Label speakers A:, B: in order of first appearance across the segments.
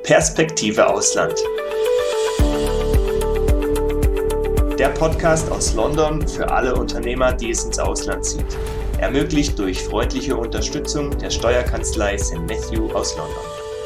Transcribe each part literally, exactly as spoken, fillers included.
A: Perspektive Ausland. Der Podcast aus London für alle Unternehmer, die es ins Ausland zieht. Ermöglicht durch freundliche Unterstützung der Steuerkanzlei Sankt Matthew aus London.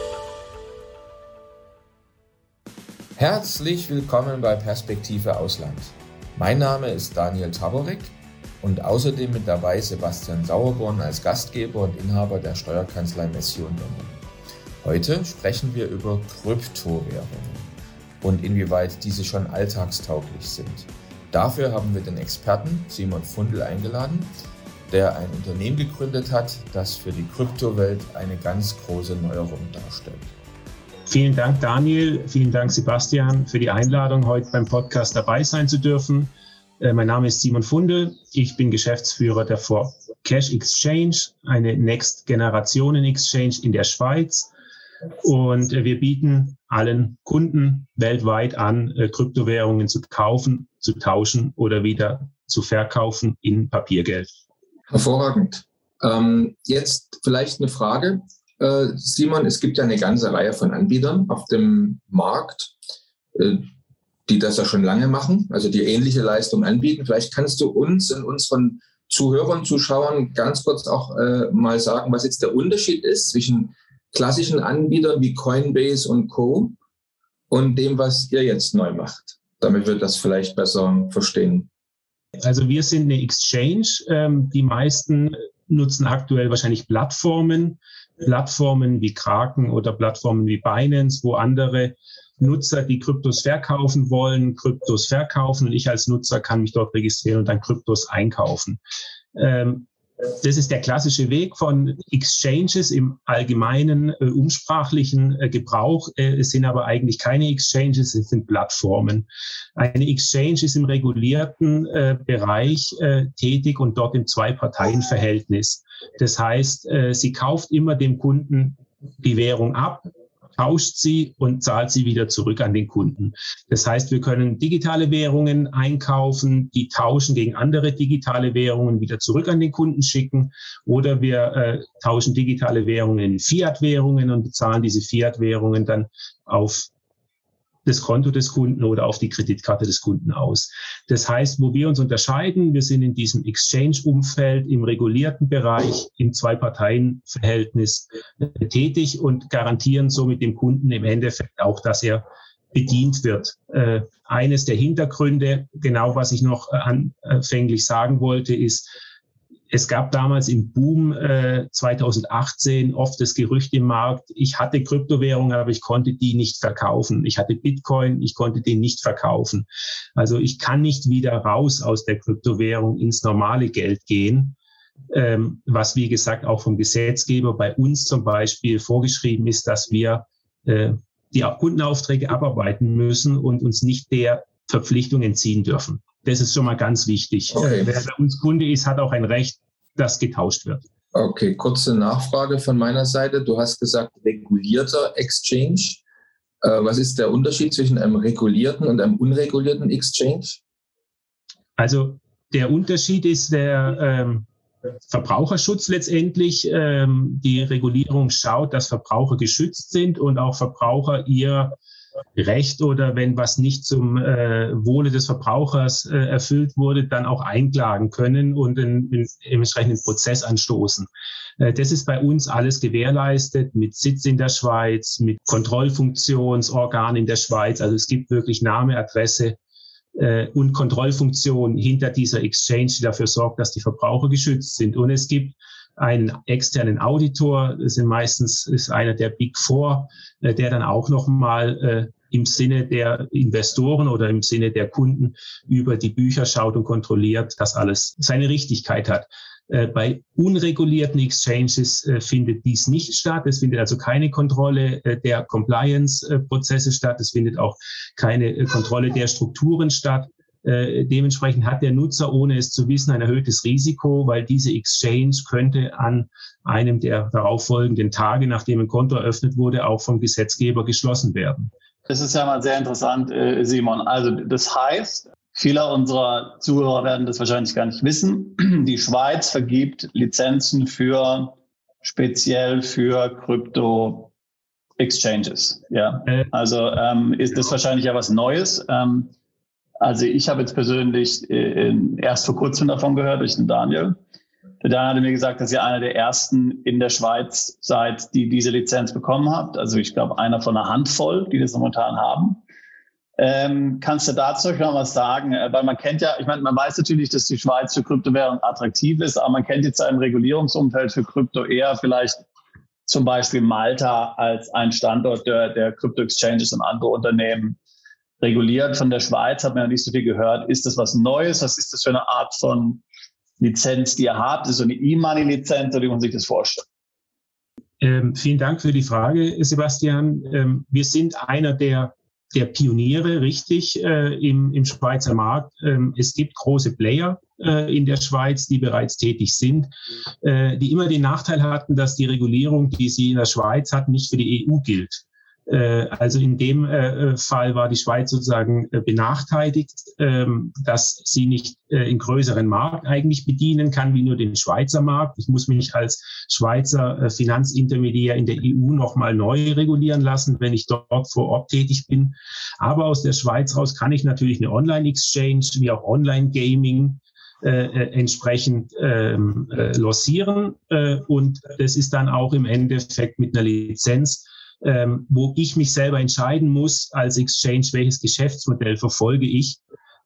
B: Herzlich willkommen bei Perspektive Ausland. Mein Name ist Daniel Taborek und außerdem mit dabei Sebastian Sauerborn als Gastgeber und Inhaber der Steuerkanzlei Matthew in London. Heute sprechen wir über Kryptowährungen und inwieweit diese schon alltagstauglich sind. Dafür haben wir den Experten Simon Fundel eingeladen, der ein Unternehmen gegründet hat, das für die Kryptowelt eine ganz große Neuerung darstellt.
C: Vielen Dank, Daniel. Vielen Dank, Sebastian, für die Einladung, heute beim Podcast dabei sein zu dürfen. Äh, mein Name ist Simon Fundel. Ich bin Geschäftsführer der For Cash Exchange, eine Next-Generationen-Exchange in der Schweiz. Und äh, wir bieten allen Kunden weltweit an, äh, Kryptowährungen zu kaufen, zu tauschen oder wieder zu verkaufen in Papiergeld.
D: Hervorragend. Ähm, jetzt vielleicht eine Frage. Äh, Simon, es gibt ja eine ganze Reihe von Anbietern auf dem Markt, äh, die das ja schon lange machen, also die ähnliche Leistung anbieten. Vielleicht kannst du uns und unseren Zuhörern, Zuschauern ganz kurz auch äh, mal sagen, was jetzt der Unterschied ist zwischen klassischen Anbietern wie Coinbase und Co. und dem, was ihr jetzt neu macht, damit wir das vielleicht besser verstehen.
C: Also wir sind eine Exchange. Ähm, die meisten nutzen aktuell wahrscheinlich Plattformen, Plattformen wie Kraken oder Plattformen wie Binance, wo andere Nutzer, die Kryptos verkaufen wollen, Kryptos verkaufen und ich als Nutzer kann mich dort registrieren und dann Kryptos einkaufen. Ähm, Das ist der klassische Weg von Exchanges im allgemeinen äh, umsprachlichen äh, Gebrauch. Äh, es sind aber eigentlich keine Exchanges, es sind Plattformen. Eine Exchange ist im regulierten äh, Bereich äh, tätig und dort im Zwei-Parteien-Verhältnis. Das heißt, äh, sie kauft immer dem Kunden die Währung ab, tauscht sie und zahlt sie wieder zurück an den Kunden. Das heißt, wir können digitale Währungen einkaufen, die tauschen gegen andere digitale Währungen wieder zurück an den Kunden schicken oder wir äh, tauschen digitale Währungen in Fiat-Währungen und bezahlen diese Fiat-Währungen dann auf das Konto des Kunden oder auf die Kreditkarte des Kunden aus. Das heißt, wo wir uns unterscheiden, wir sind in diesem Exchange-Umfeld, im regulierten Bereich, im Zwei-Parteien-Verhältnis äh, tätig und garantieren somit dem Kunden im Endeffekt auch, dass er bedient wird. Äh, eines der Hintergründe, genau was ich noch äh, anfänglich sagen wollte, ist, es gab damals im Boom äh, zweitausendachtzehn oft das Gerücht im Markt, ich hatte Kryptowährungen, aber ich konnte die nicht verkaufen. Ich hatte Bitcoin, ich konnte den nicht verkaufen. Also ich kann nicht wieder raus aus der Kryptowährung ins normale Geld gehen, ähm, was wie gesagt auch vom Gesetzgeber bei uns zum Beispiel vorgeschrieben ist, dass wir äh, die Kundenaufträge abarbeiten müssen und uns nicht der Verpflichtung entziehen dürfen. Das ist schon mal ganz wichtig.
D: Okay.
C: Wer bei uns Kunde ist, hat auch ein Recht, dass getauscht wird.
D: Okay, kurze Nachfrage von meiner Seite. Du hast gesagt, regulierter Exchange. Äh, was ist der Unterschied zwischen einem regulierten und einem unregulierten Exchange?
C: Also der Unterschied ist der ähm, Verbraucherschutz letztendlich. Ähm, die Regulierung schaut, dass Verbraucher geschützt sind und auch Verbraucher ihr Recht oder wenn was nicht zum äh, Wohle des Verbrauchers äh, erfüllt wurde, dann auch einklagen können und einen, einen entsprechenden Prozess anstoßen. Äh, das ist bei uns alles gewährleistet mit Sitz in der Schweiz, mit Kontrollfunktionsorganen in der Schweiz. Also es gibt wirklich Name, Adresse äh, und Kontrollfunktion hinter dieser Exchange, die dafür sorgt, dass die Verbraucher geschützt sind. Und es gibt einen externen Auditor, das sind meistens ist einer der Big Four, äh, der dann auch nochmal äh, im Sinne der Investoren oder im Sinne der Kunden über die Bücher schaut und kontrolliert, dass alles seine Richtigkeit hat. Äh, bei unregulierten Exchanges äh, findet dies nicht statt. Es findet also keine Kontrolle äh, der Compliance-Prozesse statt. Es findet auch keine äh, Kontrolle der Strukturen statt. Äh, dementsprechend hat der Nutzer, ohne es zu wissen, ein erhöhtes Risiko, weil diese Exchange könnte an einem der darauffolgenden Tage, nachdem ein Konto eröffnet wurde, auch vom Gesetzgeber geschlossen werden.
E: Das ist ja mal sehr interessant, äh, Simon. Also das heißt, viele unserer Zuhörer werden das wahrscheinlich gar nicht wissen. Die Schweiz vergibt Lizenzen für speziell für Krypto Exchanges. Ja, also ähm, ist das wahrscheinlich ja was Neues. Ähm, also ich habe jetzt persönlich äh, erst vor kurzem davon gehört durch den Daniel. Der Daniel hatte mir gesagt, dass ihr einer der ersten in der Schweiz seid, die diese Lizenz bekommen habt. Also ich glaube, einer von einer Handvoll, die das momentan haben. Ähm, kannst du dazu noch was sagen? Weil man kennt ja, ich meine, man weiß natürlich, dass die Schweiz für Kryptowährungen attraktiv ist, aber man kennt jetzt im Regulierungsumfeld für Krypto eher vielleicht zum Beispiel Malta als ein Standort der, der Krypto-Exchanges und andere Unternehmen reguliert. Von der Schweiz hat man ja nicht so viel gehört. Ist das was Neues? Was ist das für eine Art von Lizenz, die ihr habt? Ist das so eine E-Money-Lizenz oder wie man sich das vorstellt?
C: Ähm, vielen Dank für die Frage, Sebastian. Ähm, wir sind einer der der Pioniere, richtig, äh, im, im Schweizer Markt. Ähm, es gibt große Player äh, in der Schweiz, die bereits tätig sind, äh, die immer den Nachteil hatten, dass die Regulierung, die sie in der Schweiz hatten, nicht für die E U gilt. Äh, also in dem äh, Fall war die Schweiz sozusagen äh, benachteiligt, äh, dass sie nicht äh, in größeren Markt eigentlich bedienen kann, wie nur den Schweizer Markt. Ich muss mich als Schweizer äh, Finanzintermediär in der E U nochmal neu regulieren lassen, wenn ich dort vor Ort tätig bin. Aber aus der Schweiz raus kann ich natürlich eine Online-Exchange wie auch Online-Gaming Äh, äh, entsprechend ähm, äh, lancieren. Äh, und das ist dann auch im Endeffekt mit einer Lizenz, ähm, wo ich mich selber entscheiden muss als Exchange, welches Geschäftsmodell verfolge ich,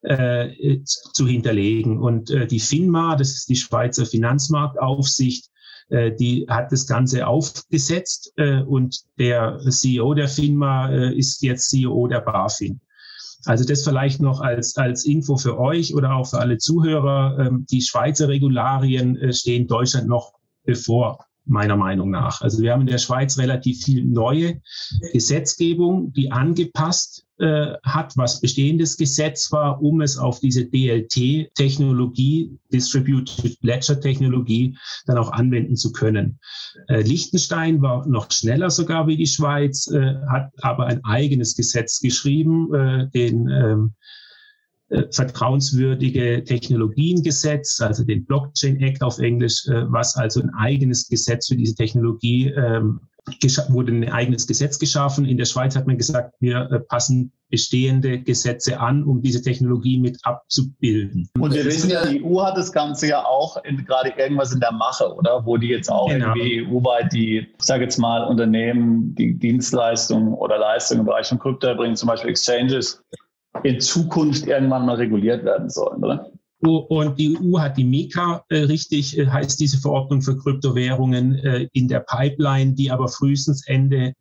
C: äh, zu hinterlegen. Und äh, die FINMA, das ist die Schweizer Finanzmarktaufsicht, äh, die hat das Ganze aufgesetzt äh, und der C E O der FINMA äh, ist jetzt C E O der BaFin. Also das vielleicht noch als, als Info für euch oder auch für alle Zuhörer. Ähm, die Schweizer Regularien äh, stehen Deutschland noch bevor, meiner Meinung nach. Also wir haben in der Schweiz relativ viel neue Gesetzgebung, die angepasst äh, hat, was bestehendes Gesetz war, um es auf diese D L T-Technologie, Distributed Ledger-Technologie, dann auch anwenden zu können. Äh, Liechtenstein war noch schneller sogar wie die Schweiz, äh, hat aber ein eigenes Gesetz geschrieben, äh, den ähm, äh, vertrauenswürdige Technologiengesetz, also den Blockchain Act auf Englisch, äh, was also ein eigenes Gesetz für diese Technologie ähm, wurde ein eigenes Gesetz geschaffen. In der Schweiz hat man gesagt, wir äh, passen bestehende Gesetze an, um diese Technologie mit abzubilden.
E: Und wir wissen ja, die E U hat das Ganze ja auch in, gerade irgendwas in der Mache, oder? Wo die jetzt auch genau. irgendwie E U-weit die, ich sage jetzt mal, Unternehmen, die Dienstleistungen oder Leistungen im Bereich von Krypto erbringen, zum Beispiel Exchanges, in Zukunft irgendwann mal reguliert werden sollen, oder?
C: Und die E U hat die MiCA, äh, richtig äh, heißt diese Verordnung für Kryptowährungen, äh, in der Pipeline, die aber frühestens Ende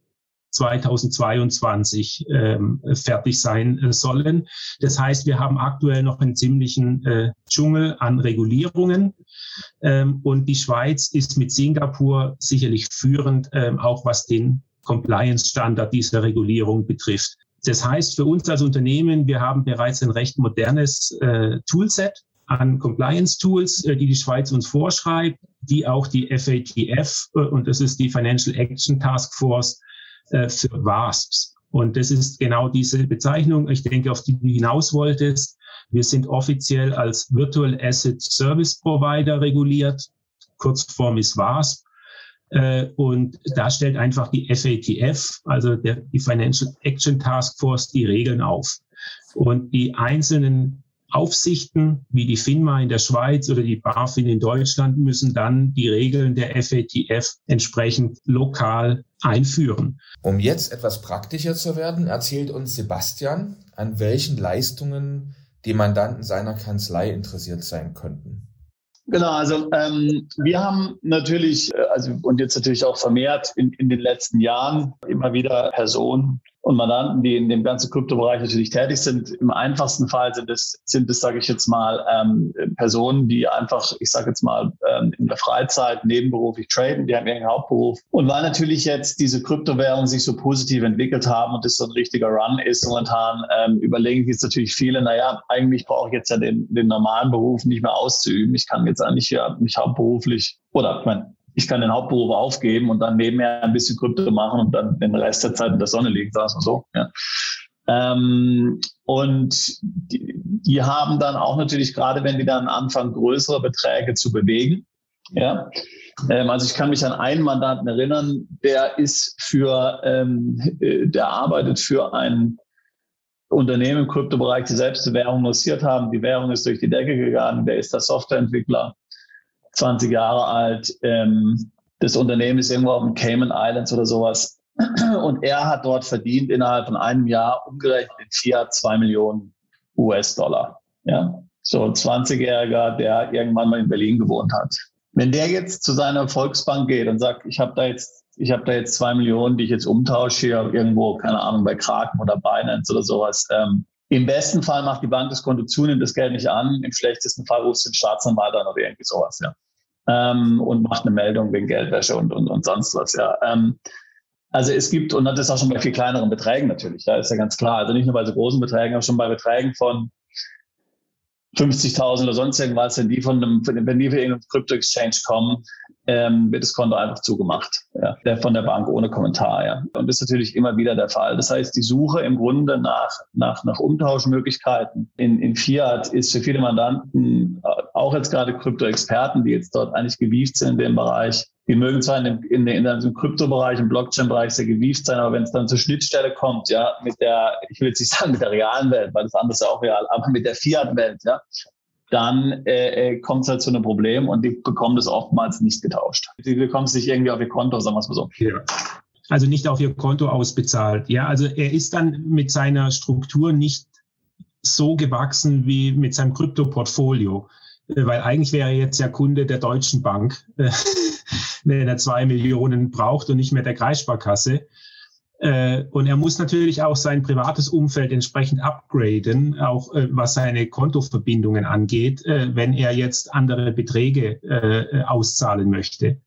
C: zweitausendzweiundzwanzig ähm, fertig sein äh, sollen. Das heißt, wir haben aktuell noch einen ziemlichen äh, Dschungel an Regulierungen. Ähm, und die Schweiz ist mit Singapur sicherlich führend, ähm, auch was den Compliance-Standard dieser Regulierung betrifft. Das heißt für uns als Unternehmen, wir haben bereits ein recht modernes äh, Toolset an Compliance-Tools, äh, die die Schweiz uns vorschreibt, die auch die F A T F, äh, und das ist die Financial Action Task Force, äh, für W A S Ps. Und das ist genau diese Bezeichnung, ich denke, auf die du hinaus wolltest. Wir sind offiziell als Virtual Asset Service Provider reguliert. Kurzform ist W A S P. Und da stellt einfach die F A T F, also der, die Financial Action Task Force, die Regeln auf. Und die einzelnen Aufsichten, wie die FINMA in der Schweiz oder die BaFin in Deutschland, müssen dann die Regeln der F A T F entsprechend lokal einführen.
B: Um jetzt etwas praktischer zu werden, erzählt uns Sebastian, an welchen Leistungen die Mandanten seiner Kanzlei interessiert sein könnten.
E: Genau, also ähm, wir haben natürlich, also und jetzt natürlich auch vermehrt in, in den letzten Jahren immer wieder Personen und Mandanten, die in dem ganzen Kryptobereich natürlich tätig sind. Im einfachsten Fall sind es, sind es, sage ich jetzt mal, ähm, Personen, die einfach, ich sage jetzt mal, ähm, in der Freizeit nebenberuflich traden, die haben ihren Hauptberuf. Und weil natürlich jetzt diese Kryptowährungen sich so positiv entwickelt haben und das so ein richtiger Run ist momentan, ähm, überlegen sich jetzt natürlich viele, naja, eigentlich brauche ich jetzt ja den, den normalen Beruf nicht mehr auszuüben. Ich kann jetzt eigentlich ja mich hauptberuflich, oder ich meine, ich kann den Hauptberuf aufgeben und dann nebenher ein bisschen Krypto machen und dann den Rest der Zeit in der Sonne liegen, sagen wir mal so. Ja. Ähm, und die, die haben dann auch natürlich, gerade wenn die dann anfangen, größere Beträge zu bewegen, Ja, ähm, also ich kann mich an einen Mandanten erinnern, der ist für, ähm, der arbeitet für ein Unternehmen im Kryptobereich, die selbst die Währung lanciert haben. Die Währung ist durch die Decke gegangen. Der ist der Softwareentwickler, zwanzig Jahre alt. Ähm, das Unternehmen ist irgendwo auf den Cayman Islands oder sowas. Und er hat dort verdient innerhalb von einem Jahr umgerechnet in Fiat zwei Millionen U S-Dollar. Ja, so ein zwanzigjähriger, der irgendwann mal in Berlin gewohnt hat. Wenn der jetzt zu seiner Volksbank geht und sagt, ich habe da jetzt, ich habe da jetzt zwei Millionen, die ich jetzt umtausche hier irgendwo, keine Ahnung, bei Kraken oder Binance oder sowas. Ähm, Im besten Fall macht die Bank das Konto zu, nimmt das Geld nicht an. Im schlechtesten Fall ruft den Staatsanwalt an oder irgendwie sowas, ja. Ähm, und macht eine Meldung wegen Geldwäsche und, und, und sonst was, ja. Ähm, Also es gibt, und das ist auch schon bei viel kleineren Beträgen natürlich, da ist ja ganz klar, also nicht nur bei so großen Beträgen, aber schon bei Beträgen von fünfzigtausend oder sonst irgendwas, wenn die von einem, wenn die für irgendeinen Crypto-Exchange kommen, ähm, wird das Konto einfach zugemacht, ja, der von der Bank ohne Kommentar, ja. Und das ist natürlich immer wieder der Fall. Das heißt, die Suche im Grunde nach, nach, nach Umtauschmöglichkeiten in, in Fiat ist für viele Mandanten, auch jetzt gerade Krypto-Experten, die jetzt dort eigentlich gewieft sind in dem Bereich, die mögen zwar in dem, in, in dem Kryptobereich, im Blockchain-Bereich sehr gewieft sein, aber wenn es dann zur Schnittstelle kommt, ja, mit der, ich will jetzt nicht sagen mit der realen Welt, weil das andere ist ja auch real, aber mit der Fiat-Welt, ja, dann äh, kommt es halt zu einem Problem und die bekommen das oftmals nicht getauscht. Die bekommen es nicht irgendwie auf ihr Konto, sagen wir es mal so.
C: Ja. Also nicht auf ihr Konto ausbezahlt. Ja, also er ist dann mit seiner Struktur nicht so gewachsen wie mit seinem Krypto-Portfolio. Weil eigentlich wäre er jetzt ja Kunde der Deutschen Bank, wenn er zwei Millionen braucht und nicht mehr der Kreissparkasse. Und er muss natürlich auch sein privates Umfeld entsprechend upgraden, auch was seine Kontoverbindungen angeht, wenn er jetzt andere Beträge auszahlen möchte.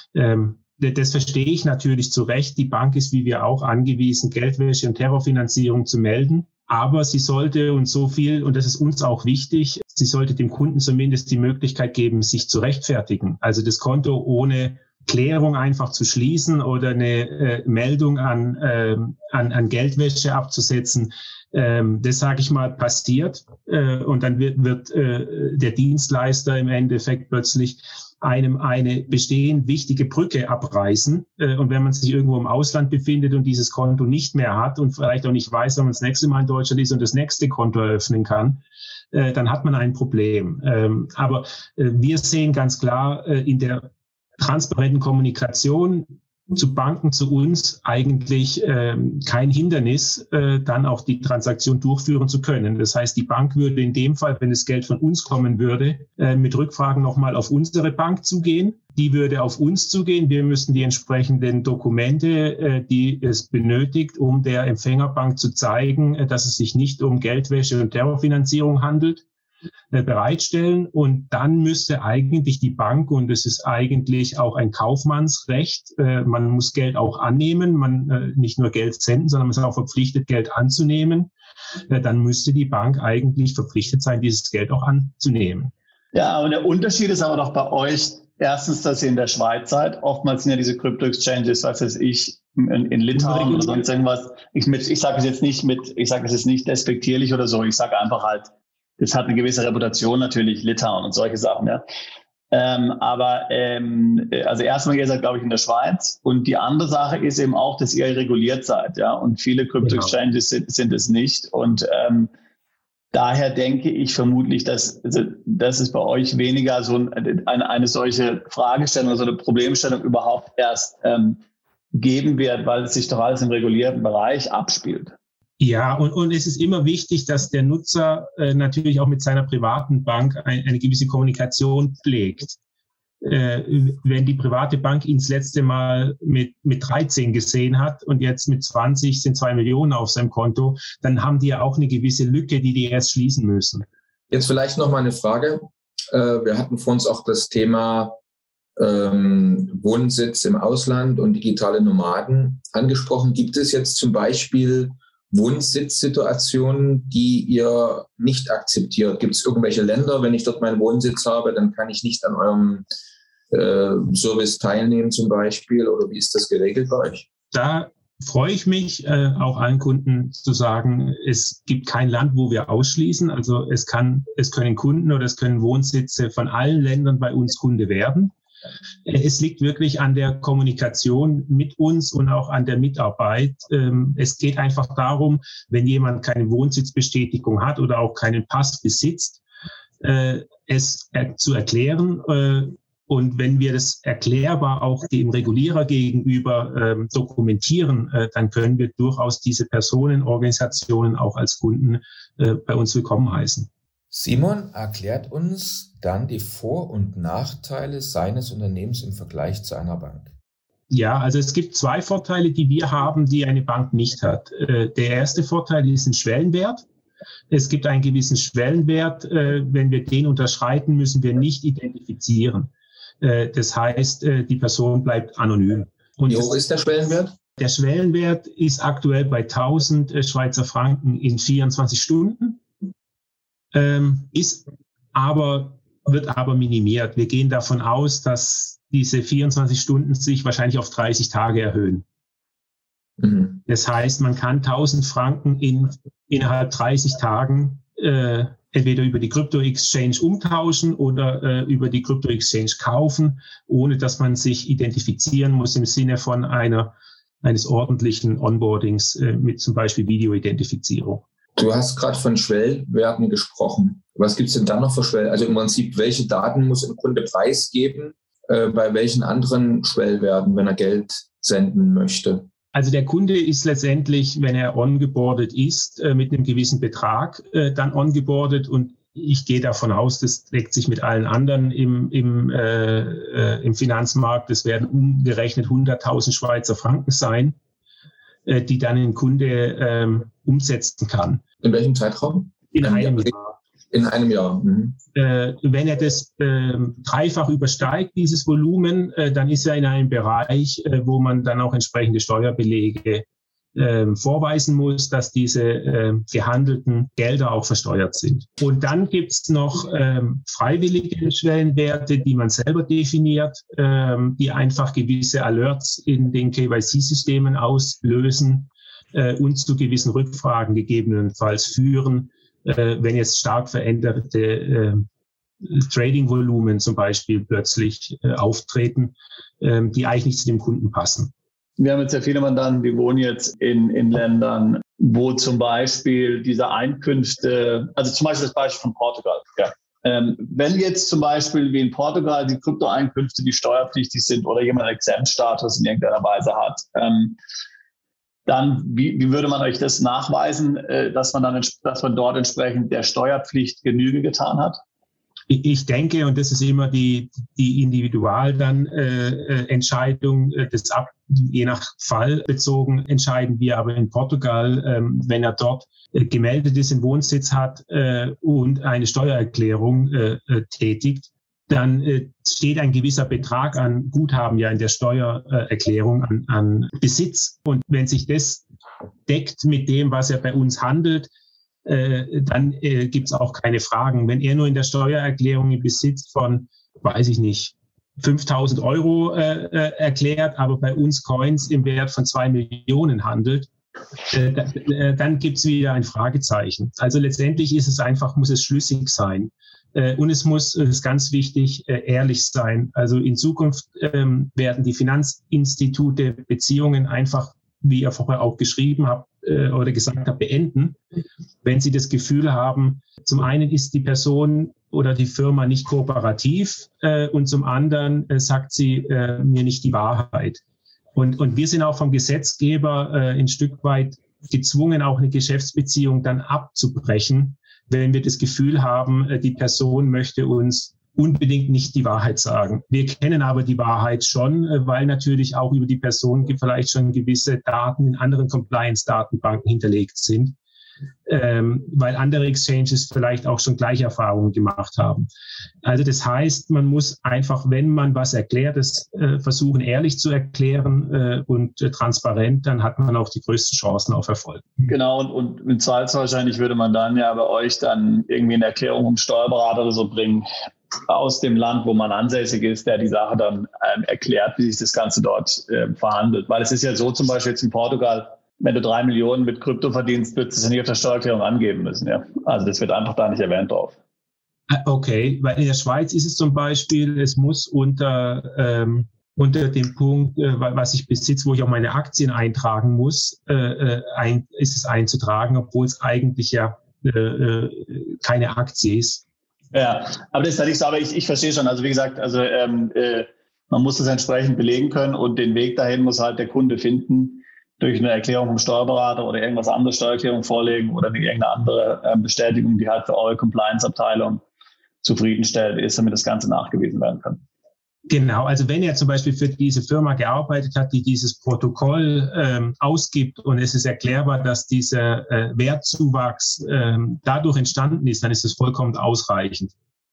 C: Das verstehe ich natürlich zu Recht. Die Bank ist, wie wir auch, angewiesen, Geldwäsche und Terrorfinanzierung zu melden. Aber sie sollte, und so viel, und das ist uns auch wichtig, sie sollte dem Kunden zumindest die Möglichkeit geben, sich zu rechtfertigen. Also das Konto ohne Klärung einfach zu schließen oder eine äh, Meldung an, äh, an, an Geldwäsche abzusetzen. Ähm, das, sage ich mal, passiert. Äh, und dann wird, wird äh, der Dienstleister im Endeffekt plötzlich einem eine bestehend wichtige Brücke abreißen. Äh, und wenn man sich irgendwo im Ausland befindet und dieses Konto nicht mehr hat und vielleicht auch nicht weiß, wann man das nächste Mal in Deutschland ist und das nächste Konto eröffnen kann, äh, dann hat man ein Problem. Ähm, aber äh, wir sehen ganz klar äh, in der transparenten Kommunikation zu Banken, zu uns eigentlich ähm, kein Hindernis, äh, dann auch die Transaktion durchführen zu können. Das heißt, die Bank würde in dem Fall, wenn das Geld von uns kommen würde, äh, mit Rückfragen nochmal auf unsere Bank zugehen. Die würde auf uns zugehen. Wir müssten die entsprechenden Dokumente, äh, die es benötigt, um der Empfängerbank zu zeigen, äh, dass es sich nicht um Geldwäsche und Terrorfinanzierung handelt, bereitstellen, und dann müsste eigentlich die Bank, und es ist eigentlich auch ein Kaufmannsrecht, äh, man muss Geld auch annehmen, man äh, nicht nur Geld senden, sondern man ist auch verpflichtet, Geld anzunehmen, äh, dann müsste die Bank eigentlich verpflichtet sein, dieses Geld auch anzunehmen.
E: Ja, und der Unterschied ist aber doch bei euch, erstens, dass ihr in der Schweiz seid, oftmals sind ja diese Crypto-Exchanges, was weiß ich, in, in Litauen oder sonst irgendwas, ich, ich sage es jetzt nicht mit, ich sage es jetzt nicht despektierlich oder so, ich sage einfach halt, das hat eine gewisse Reputation natürlich, Litauen und solche Sachen, ja. Ähm, aber ähm, also erstmal, ihr seid, glaube ich, in der Schweiz, und die andere Sache ist eben auch, dass ihr reguliert seid, ja, und viele Crypto-Exchanges sind, sind es nicht, und ähm, daher denke ich vermutlich, dass, also, dass es bei euch weniger so ein, eine, eine solche Fragestellung oder so eine Problemstellung überhaupt erst ähm, geben wird, weil es sich doch alles im regulierten Bereich abspielt.
C: Ja, und, und es ist immer wichtig, dass der Nutzer äh, natürlich auch mit seiner privaten Bank ein, eine gewisse Kommunikation pflegt. Äh, wenn die private Bank ihn das letzte Mal mit, mit dreizehn gesehen hat und jetzt mit zwanzig sind zwei Millionen auf seinem Konto, dann haben die ja auch eine gewisse Lücke, die die erst schließen müssen.
D: Jetzt vielleicht noch mal eine Frage. Äh, wir hatten vor uns auch das Thema ähm, Wohnsitz im Ausland und digitale Nomaden angesprochen. Gibt es jetzt zum Beispiel Wohnsitzsituationen, die ihr nicht akzeptiert? Gibt es irgendwelche Länder, wenn ich dort meinen Wohnsitz habe, dann kann ich nicht an eurem äh, Service teilnehmen zum Beispiel? Oder wie ist das geregelt bei euch?
C: Da freue ich mich, äh, auch allen Kunden zu sagen, es gibt kein Land, wo wir ausschließen. Also es kann, es können Kunden oder es können Wohnsitze von allen Ländern bei uns Kunde werden. Es liegt wirklich an der Kommunikation mit uns und auch an der Mitarbeit. Es geht einfach darum, wenn jemand keine Wohnsitzbestätigung hat oder auch keinen Pass besitzt, es zu erklären. Und wenn wir das erklärbar auch dem Regulierer gegenüber dokumentieren, dann können wir durchaus diese Personen, Organisationen auch als Kunden bei uns willkommen heißen.
B: Simon erklärt uns dann die Vor- und Nachteile seines Unternehmens im Vergleich zu einer Bank.
C: Ja, also es gibt zwei Vorteile, die wir haben, die eine Bank nicht hat. Der erste Vorteil ist ein Schwellenwert. Es gibt einen gewissen Schwellenwert. Wenn wir den unterschreiten, müssen wir nicht identifizieren. Das heißt, die Person bleibt anonym. Und
D: wie hoch ist der Schwellenwert?
C: Der Schwellenwert ist aktuell bei tausend Schweizer Franken in vierundzwanzig Stunden. Ähm, ist aber, wird aber minimiert. Wir gehen davon aus, dass diese vierundzwanzig Stunden sich wahrscheinlich auf dreißig Tage erhöhen. Mhm. Das heißt, man kann tausend Franken in, innerhalb dreißig Tagen äh, entweder über die Crypto-Exchange umtauschen oder äh, über die Crypto-Exchange kaufen, ohne dass man sich identifizieren muss im Sinne von einer, eines ordentlichen Onboardings äh, mit zum Beispiel Videoidentifizierung.
D: Du hast gerade von Schwellwerten gesprochen. Was gibt es denn dann noch für Schwell? Also im Prinzip, welche Daten muss ein Kunde preisgeben, äh, bei welchen anderen Schwellwerten, wenn er Geld senden möchte?
C: Also der Kunde ist letztendlich, wenn er ongeboardet ist, äh, mit einem gewissen Betrag äh, dann ongeboardet. Und ich gehe davon aus, das deckt sich mit allen anderen im, im, äh, äh, im Finanzmarkt. Das werden umgerechnet hunderttausend Schweizer Franken sein, die dann ein Kunde ähm, umsetzen kann.
D: In welchem Zeitraum?
C: In einem Jahr.
D: In einem Jahr. Mhm.
C: Äh, wenn er das äh, dreifach übersteigt, dieses Volumen, äh, dann ist er in einem Bereich, äh, wo man dann auch entsprechende Steuerbelege äh, vorweisen muss, dass diese äh, gehandelten Gelder auch versteuert sind. Und dann gibt es noch ähm, freiwillige Schwellenwerte, die man selber definiert, ähm, die einfach gewisse Alerts in den K Y C-Systemen auslösen äh, und zu gewissen Rückfragen gegebenenfalls führen, äh, wenn jetzt stark veränderte äh, Trading-Volumen zum Beispiel plötzlich äh, auftreten, äh, die eigentlich nicht zu dem Kunden passen.
E: Wir haben jetzt ja viele Mandanten, die wohnen jetzt in, in Ländern, wo zum Beispiel diese Einkünfte, also zum Beispiel das Beispiel von Portugal. Ja. Ähm, wenn jetzt zum Beispiel wie in Portugal die Kryptoeinkünfte, die steuerpflichtig sind oder jemand einen Exemptstatus in irgendeiner Weise hat, ähm, dann wie, wie würde man euch das nachweisen, äh, dass man dann dass man dort entsprechend der Steuerpflicht Genüge getan hat?
C: Ich denke, und das ist immer die, die Individual dann äh, Entscheidung äh, des Ab, je nach Fall bezogen entscheiden wir. Aber in Portugal, ähm, wenn er dort äh, gemeldet ist, einen Wohnsitz hat äh, und eine Steuererklärung äh, äh, tätigt, dann äh, steht ein gewisser Betrag an Guthaben ja in der Steuererklärung an, an Besitz. Und wenn sich das deckt mit dem, was er bei uns handelt, Äh, dann äh, gibt es auch keine Fragen. Wenn er nur in der Steuererklärung im Besitz von, weiß ich nicht, fünftausend Euro äh, äh, erklärt, aber bei uns Coins im Wert von zwei Millionen handelt, äh, äh, dann gibt es wieder ein Fragezeichen. Also letztendlich ist es einfach, muss es schlüssig sein. Äh, und es muss, das ist ganz wichtig, äh, ehrlich sein. Also in Zukunft ähm, werden die Finanzinstitute Beziehungen einfach, wie ihr vorher auch geschrieben habt äh, oder gesagt habt, beenden, wenn sie das Gefühl haben, zum einen ist die Person oder die Firma nicht kooperativ äh, und zum anderen äh, sagt sie äh, mir nicht die Wahrheit. Und, und wir sind auch vom Gesetzgeber äh, ein Stück weit gezwungen, auch eine Geschäftsbeziehung dann abzubrechen, wenn wir das Gefühl haben, äh, die Person möchte uns unbedingt nicht die Wahrheit sagen. Wir kennen aber die Wahrheit schon, weil natürlich auch über die Person vielleicht schon gewisse Daten in anderen Compliance-Datenbanken hinterlegt sind, ähm, weil andere Exchanges vielleicht auch schon gleiche Erfahrungen gemacht haben. Also das heißt, man muss einfach, wenn man was erklärt, es äh, versuchen, ehrlich zu erklären äh, und äh, transparent, dann hat man auch die größten Chancen auf Erfolg.
E: Genau, und, und im Zweifel wahrscheinlich würde man dann ja bei euch dann irgendwie eine Erklärung um Steuerberater oder so bringen, aus dem Land, wo man ansässig ist, der die Sache dann ähm, erklärt, wie sich das Ganze dort äh, verhandelt. Weil es ist ja so, zum Beispiel jetzt in Portugal, wenn du drei Millionen mit Krypto verdienst, würdest du es ja nicht auf der Steuererklärung angeben müssen. Ja? Also das wird einfach da nicht erwähnt drauf.
C: Okay, weil in der Schweiz ist es zum Beispiel, es muss unter, ähm, unter dem Punkt, äh, was ich besitze, wo ich auch meine Aktien eintragen muss, äh, ein, ist es einzutragen, obwohl es eigentlich ja äh, keine Aktie ist.
E: Ja, aber das ist ja nicht so, aber ich, ich verstehe schon. Also wie gesagt, also ähm, äh, man muss das entsprechend belegen können und den Weg dahin muss halt der Kunde finden, durch eine Erklärung vom Steuerberater oder irgendwas anderes, Steuererklärung vorlegen oder irgendeine andere äh, Bestätigung, die halt für eure Compliance-Abteilung zufriedenstellend ist, damit das Ganze nachgewiesen werden kann.
C: Genau, also wenn er zum Beispiel für diese Firma gearbeitet hat, die dieses Protokoll ähm, ausgibt und es ist erklärbar, dass dieser äh, Wertzuwachs ähm, dadurch entstanden ist, dann ist es vollkommen ausreichend.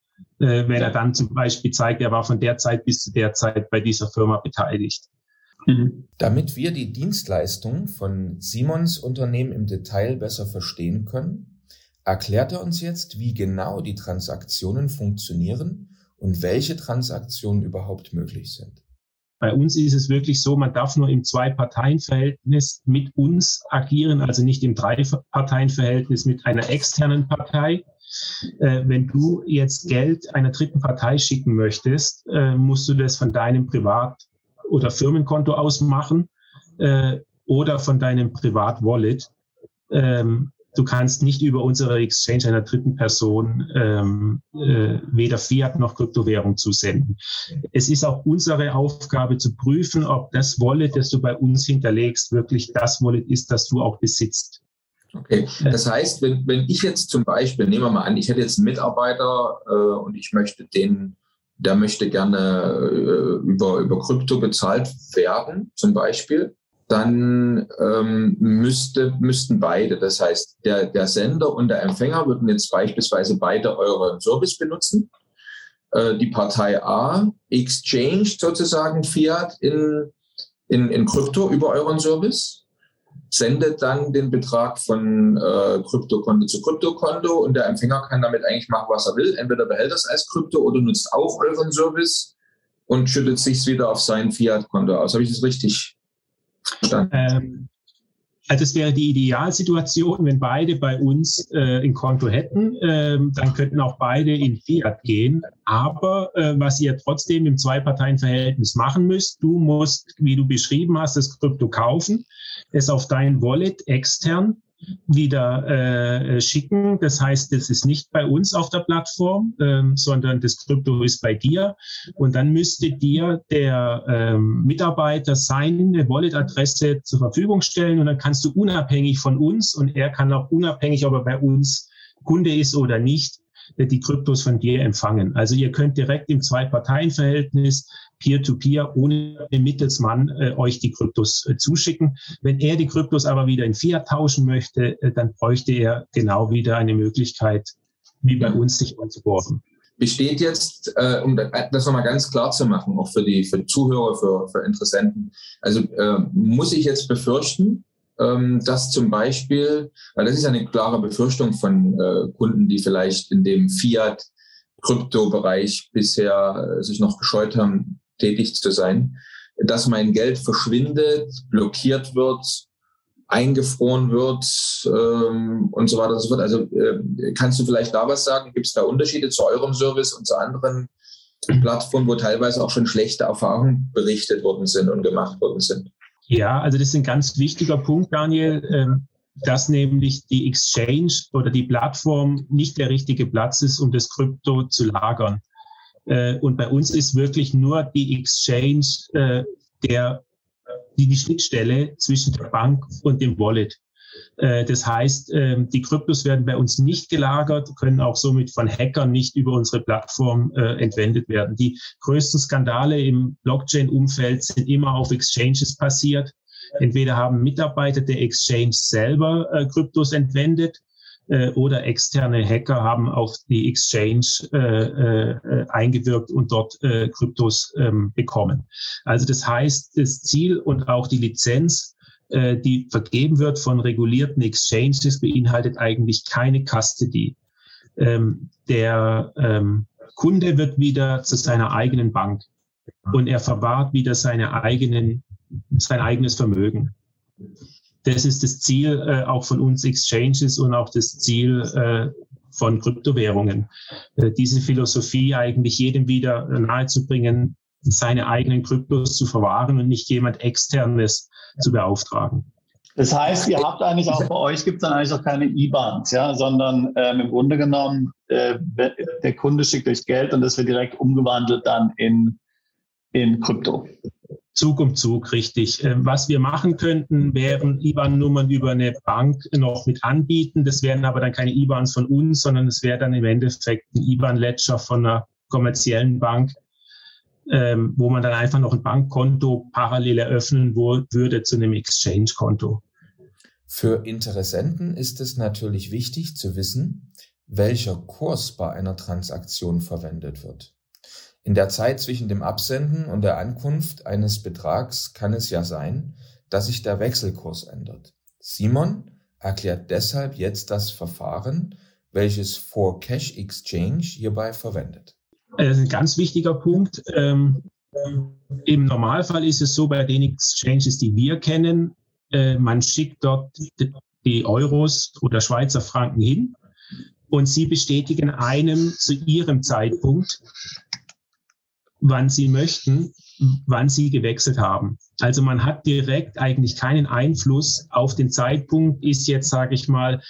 C: Äh, wenn er dann zum Beispiel zeigt, er war von der Zeit bis zu der Zeit bei dieser Firma beteiligt.
B: Mhm. Damit wir die Dienstleistung von Simons Unternehmen im Detail besser verstehen können, erklärt er uns jetzt, wie genau die Transaktionen funktionieren und welche Transaktionen überhaupt möglich sind.
C: Bei uns ist es wirklich so, man darf nur im Zwei-Parteien-Verhältnis mit uns agieren, also nicht im Drei-Parteien-Verhältnis mit einer externen Partei. Äh, wenn du jetzt Geld einer dritten Partei schicken möchtest, äh, musst du das von deinem Privat- oder Firmenkonto aus machen äh, oder von deinem Privat-Wallet. Ähm, Du kannst nicht über unsere Exchange einer dritten Person ähm, äh, weder Fiat noch Kryptowährung zusenden. Es ist auch unsere Aufgabe zu prüfen, ob das Wallet, das du bei uns hinterlegst, wirklich das Wallet ist, das du auch besitzt.
D: Okay, das heißt, wenn, wenn ich jetzt zum Beispiel, nehmen wir mal an, ich hätte jetzt einen Mitarbeiter äh, und ich möchte den, der möchte gerne äh, über, über Krypto bezahlt werden, zum Beispiel, dann ähm, müsste, müssten beide, das heißt, der, der Sender und der Empfänger würden jetzt beispielsweise beide euren Service benutzen. Äh, die Partei A exchange sozusagen Fiat in, in, in Krypto über euren Service, sendet dann den Betrag von äh, Kryptokonto zu Kryptokonto und der Empfänger kann damit eigentlich machen, was er will. Entweder behält er es als Krypto oder nutzt auch euren Service und schüttet sich wieder auf sein Fiat-Konto aus. Habe ich das richtig
C: Ähm, also es wäre die Idealsituation, wenn beide bei uns äh, ein Konto hätten, ähm, dann könnten auch beide in Fiat gehen. Aber äh, was ihr trotzdem im Zwei-Parteien-Verhältnis machen müsst, du musst, wie du beschrieben hast, das Krypto kaufen, es auf dein Wallet extern wieder äh, schicken. Das heißt, es ist nicht bei uns auf der Plattform, ähm, sondern das Krypto ist bei dir. Und dann müsste dir der ähm, Mitarbeiter seine Wallet-Adresse zur Verfügung stellen und dann kannst du unabhängig von uns und er kann auch unabhängig, ob er bei uns Kunde ist oder nicht, die Kryptos von dir empfangen. Also ihr könnt direkt im Zwei-Parteien-Verhältnis Peer-to-Peer ohne Mittelsmann äh, euch die Kryptos äh, zuschicken. Wenn er die Kryptos aber wieder in Fiat tauschen möchte, äh, dann bräuchte er genau wieder eine Möglichkeit, wie bei uns sich anzuborden.
D: Besteht jetzt, äh, um das nochmal ganz klar zu machen, auch für die, für die Zuhörer, für, für Interessenten, also äh, muss ich jetzt befürchten, ähm, dass zum Beispiel, weil das ist eine klare Befürchtung von äh, Kunden, die vielleicht in dem Fiat-Krypto-Bereich bisher äh, sich noch gescheut haben, tätig zu sein, dass mein Geld verschwindet, blockiert wird, eingefroren wird ähm, und so weiter und so fort. Also äh, kannst du vielleicht da was sagen? Gibt es da Unterschiede zu eurem Service und zu anderen Plattformen, wo teilweise auch schon schlechte Erfahrungen berichtet worden sind und gemacht worden sind?
C: Ja, also das ist ein ganz wichtiger Punkt, Daniel, ähm, dass nämlich die Exchange oder die Plattform nicht der richtige Platz ist, um das Krypto zu lagern. Äh, und bei uns ist wirklich nur die Exchange äh, der die, die Schnittstelle zwischen der Bank und dem Wallet. Äh, das heißt, äh, die Kryptos werden bei uns nicht gelagert, können auch somit von Hackern nicht über unsere Plattform äh, entwendet werden. Die größten Skandale im Blockchain-Umfeld sind immer auf Exchanges passiert. Entweder haben Mitarbeiter der Exchange selber äh, Kryptos entwendet äh, oder externe Hacker haben auf die Exchange äh, äh, eingewirkt und dort äh, Kryptos äh, bekommen. Also das heißt, das Ziel und auch die Lizenz, äh, die vergeben wird von regulierten Exchanges, beinhaltet eigentlich keine Custody. Ähm, der ähm, Kunde wird wieder zu seiner eigenen Bank und er verwahrt wieder seine eigenen, sein eigenes Vermögen. Das ist das Ziel äh, auch von uns Exchanges und auch das Ziel äh, von Kryptowährungen. Äh, diese Philosophie eigentlich jedem wieder nahezubringen, seine eigenen Kryptos zu verwahren und nicht jemand Externes zu beauftragen.
E: Das heißt, ihr habt eigentlich auch bei euch gibt es dann eigentlich auch keine I B A Ns, ja, sondern ähm, im Grunde genommen äh, der Kunde schickt euch Geld und das wird direkt umgewandelt dann in, in Krypto.
C: Zug um Zug, richtig. Was wir machen könnten, wären I B A N-Nummern über eine Bank noch mit anbieten. Das wären aber dann keine I B A Ns von uns, sondern es wäre dann im Endeffekt ein I B A N-Ledger von einer kommerziellen Bank, ähm, wo man dann einfach noch ein Bankkonto parallel eröffnen wo, würde zu einem Exchange-Konto.
B: Für Interessenten ist es natürlich wichtig zu wissen, welcher Kurs bei einer Transaktion verwendet wird. In der Zeit zwischen dem Absenden und der Ankunft eines Betrags kann es ja sein, dass sich der Wechselkurs ändert. Simon erklärt deshalb jetzt das Verfahren, welches For Cash Exchange hierbei verwendet.
C: Das ist ein ganz wichtiger Punkt. Ähm, im Normalfall ist es so bei den Exchanges, die wir kennen, äh, man schickt dort die Euros oder Schweizer Franken hin und sie bestätigen einem zu ihrem Zeitpunkt, wann sie möchten, wann sie gewechselt haben. Also man hat direkt eigentlich keinen Einfluss auf den Zeitpunkt, ist jetzt, sage ich mal,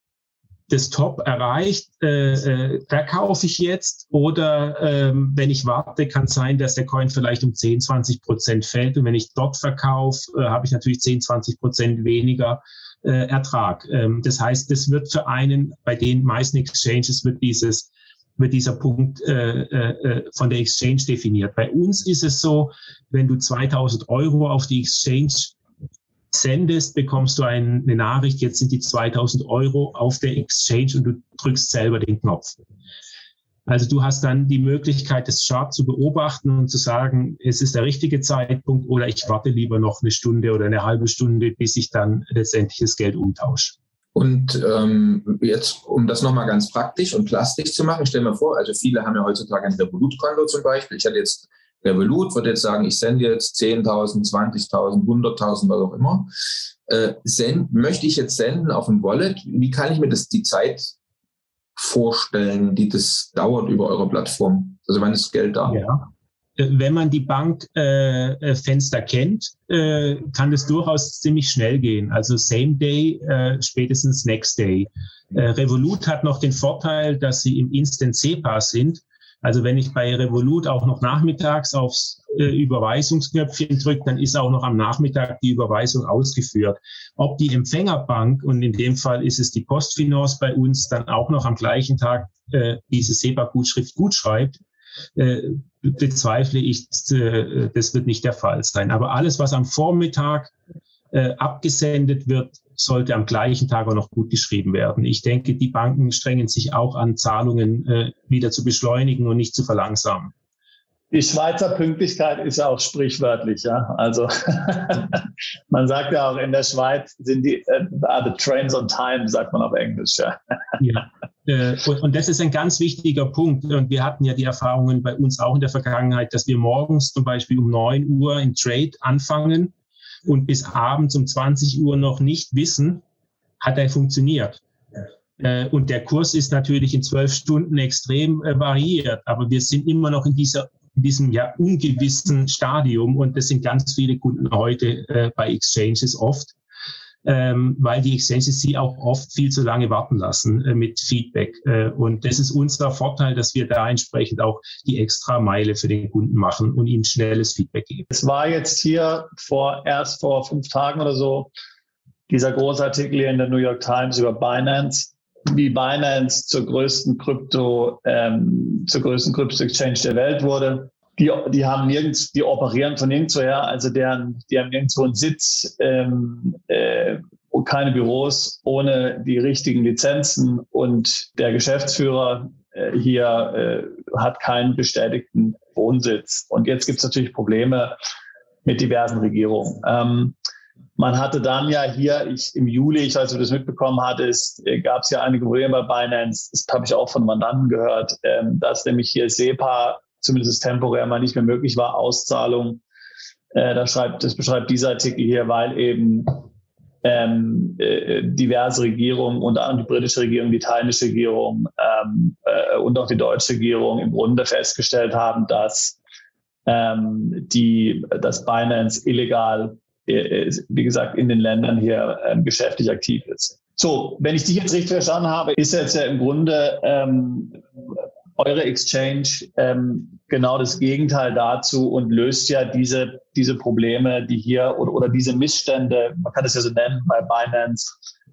C: das Top erreicht, äh, äh, verkaufe ich jetzt oder ähm, wenn ich warte, kann es sein, dass der Coin vielleicht um zehn, zwanzig Prozent fällt und wenn ich dort verkaufe, äh, habe ich natürlich zehn, zwanzig Prozent weniger äh, Ertrag. Ähm, das heißt, das wird für einen, bei den meisten Exchanges wird dieses wird dieser Punkt äh, äh, von der Exchange definiert. Bei uns ist es so, wenn du zweitausend Euro auf die Exchange sendest, bekommst du ein, eine Nachricht, jetzt sind die zweitausend Euro auf der Exchange und du drückst selber den Knopf. Also du hast dann die Möglichkeit, das Chart zu beobachten und zu sagen, es ist der richtige Zeitpunkt oder ich warte lieber noch eine Stunde oder eine halbe Stunde, bis ich dann letztendlich das Geld umtausche.
D: Und ähm, jetzt, um das nochmal ganz praktisch und plastisch zu machen, stell mir vor, also viele haben ja heutzutage ein Revolut-Konto zum Beispiel. Ich hatte jetzt Revolut, würde jetzt sagen, ich sende jetzt zehntausend, zwanzigtausend, hunderttausend, was auch immer. Äh, send, möchte ich jetzt senden auf ein Wallet? Wie kann ich mir das die Zeit vorstellen, die das dauert über eure Plattform? Also wann ist das Geld da?
C: Ja. Wenn man die Bankfenster äh, kennt, äh, kann es durchaus ziemlich schnell gehen. Also same day, äh, spätestens next day. Äh, Revolut hat noch den Vorteil, dass sie im Instant SEPA sind. Also wenn ich bei Revolut auch noch nachmittags aufs äh, Überweisungsknöpfchen drücke, dann ist auch noch am Nachmittag die Überweisung ausgeführt. Ob die Empfängerbank, und in dem Fall ist es die Postfinance bei uns, dann auch noch am gleichen Tag äh, diese SEPA-Gutschrift gut schreibt, äh, bezweifle ich, äh, das wird nicht der Fall sein. Aber alles, was am Vormittag äh, abgesendet wird, sollte am gleichen Tag auch noch gut geschrieben werden. Ich denke, die Banken strengen sich auch an, Zahlungen äh, wieder zu beschleunigen und nicht zu verlangsamen.
E: Die Schweizer Pünktlichkeit ist ja auch sprichwörtlich, ja. Also man sagt ja auch in der Schweiz sind die uh, are the trains on time, sagt man auf Englisch, ja.
C: Ja. Äh, und, und das ist ein ganz wichtiger Punkt. Und wir hatten ja die Erfahrungen bei uns auch in der Vergangenheit, dass wir morgens zum Beispiel um neun Uhr in Trade anfangen und bis abends um zwanzig Uhr noch nicht wissen, hat er funktioniert. Äh, und der Kurs ist natürlich in zwölf Stunden extrem äh, variiert, aber wir sind immer noch in dieser in diesem ja ungewissen Stadium und das sind ganz viele Kunden heute äh, bei Exchanges oft, ähm, weil die Exchanges sie auch oft viel zu lange warten lassen äh, mit Feedback. Äh, und das ist unser Vorteil, dass wir da entsprechend auch die extra Meile für den Kunden machen und ihm schnelles Feedback geben.
E: Es war jetzt hier vor erst vor fünf Tagen oder so dieser große Artikel hier in der New York Times über Binance, wie Binance zur größten Krypto, ähm, zur größten Krypto-Exchange der Welt wurde. Die, die haben nirgends, die operieren von nirgendwoher, also deren, die haben nirgendwo einen Sitz, ähm, äh, und keine Büros ohne die richtigen Lizenzen und der Geschäftsführer äh, hier äh, hat keinen bestätigten Wohnsitz. Und jetzt gibt es natürlich Probleme mit diversen Regierungen. Ähm, Man hatte dann ja hier ich, im Juli, ich weiß nicht, ob du das mitbekommen hattest, gab es ja einige Probleme bei Binance. Das habe ich auch von Mandanten gehört, ähm, dass nämlich hier SEPA zumindest temporär mal nicht mehr möglich war, Auszahlung. Äh, das, schreibt, das beschreibt dieser Artikel hier, weil eben ähm, äh, diverse Regierungen, unter anderem die britische Regierung, die thailändische Regierung ähm, äh, und auch die deutsche Regierung im Grunde festgestellt haben, dass ähm, die, dass Binance illegal, äh, wie gesagt, in den Ländern hier äh, geschäftlich aktiv ist. So, wenn ich dich jetzt richtig verstanden habe, ist jetzt ja im Grunde ähm, eure Exchange ähm, genau das Gegenteil dazu und löst ja diese, diese Probleme, die hier oder, oder diese Missstände, man kann das ja so nennen bei Binance,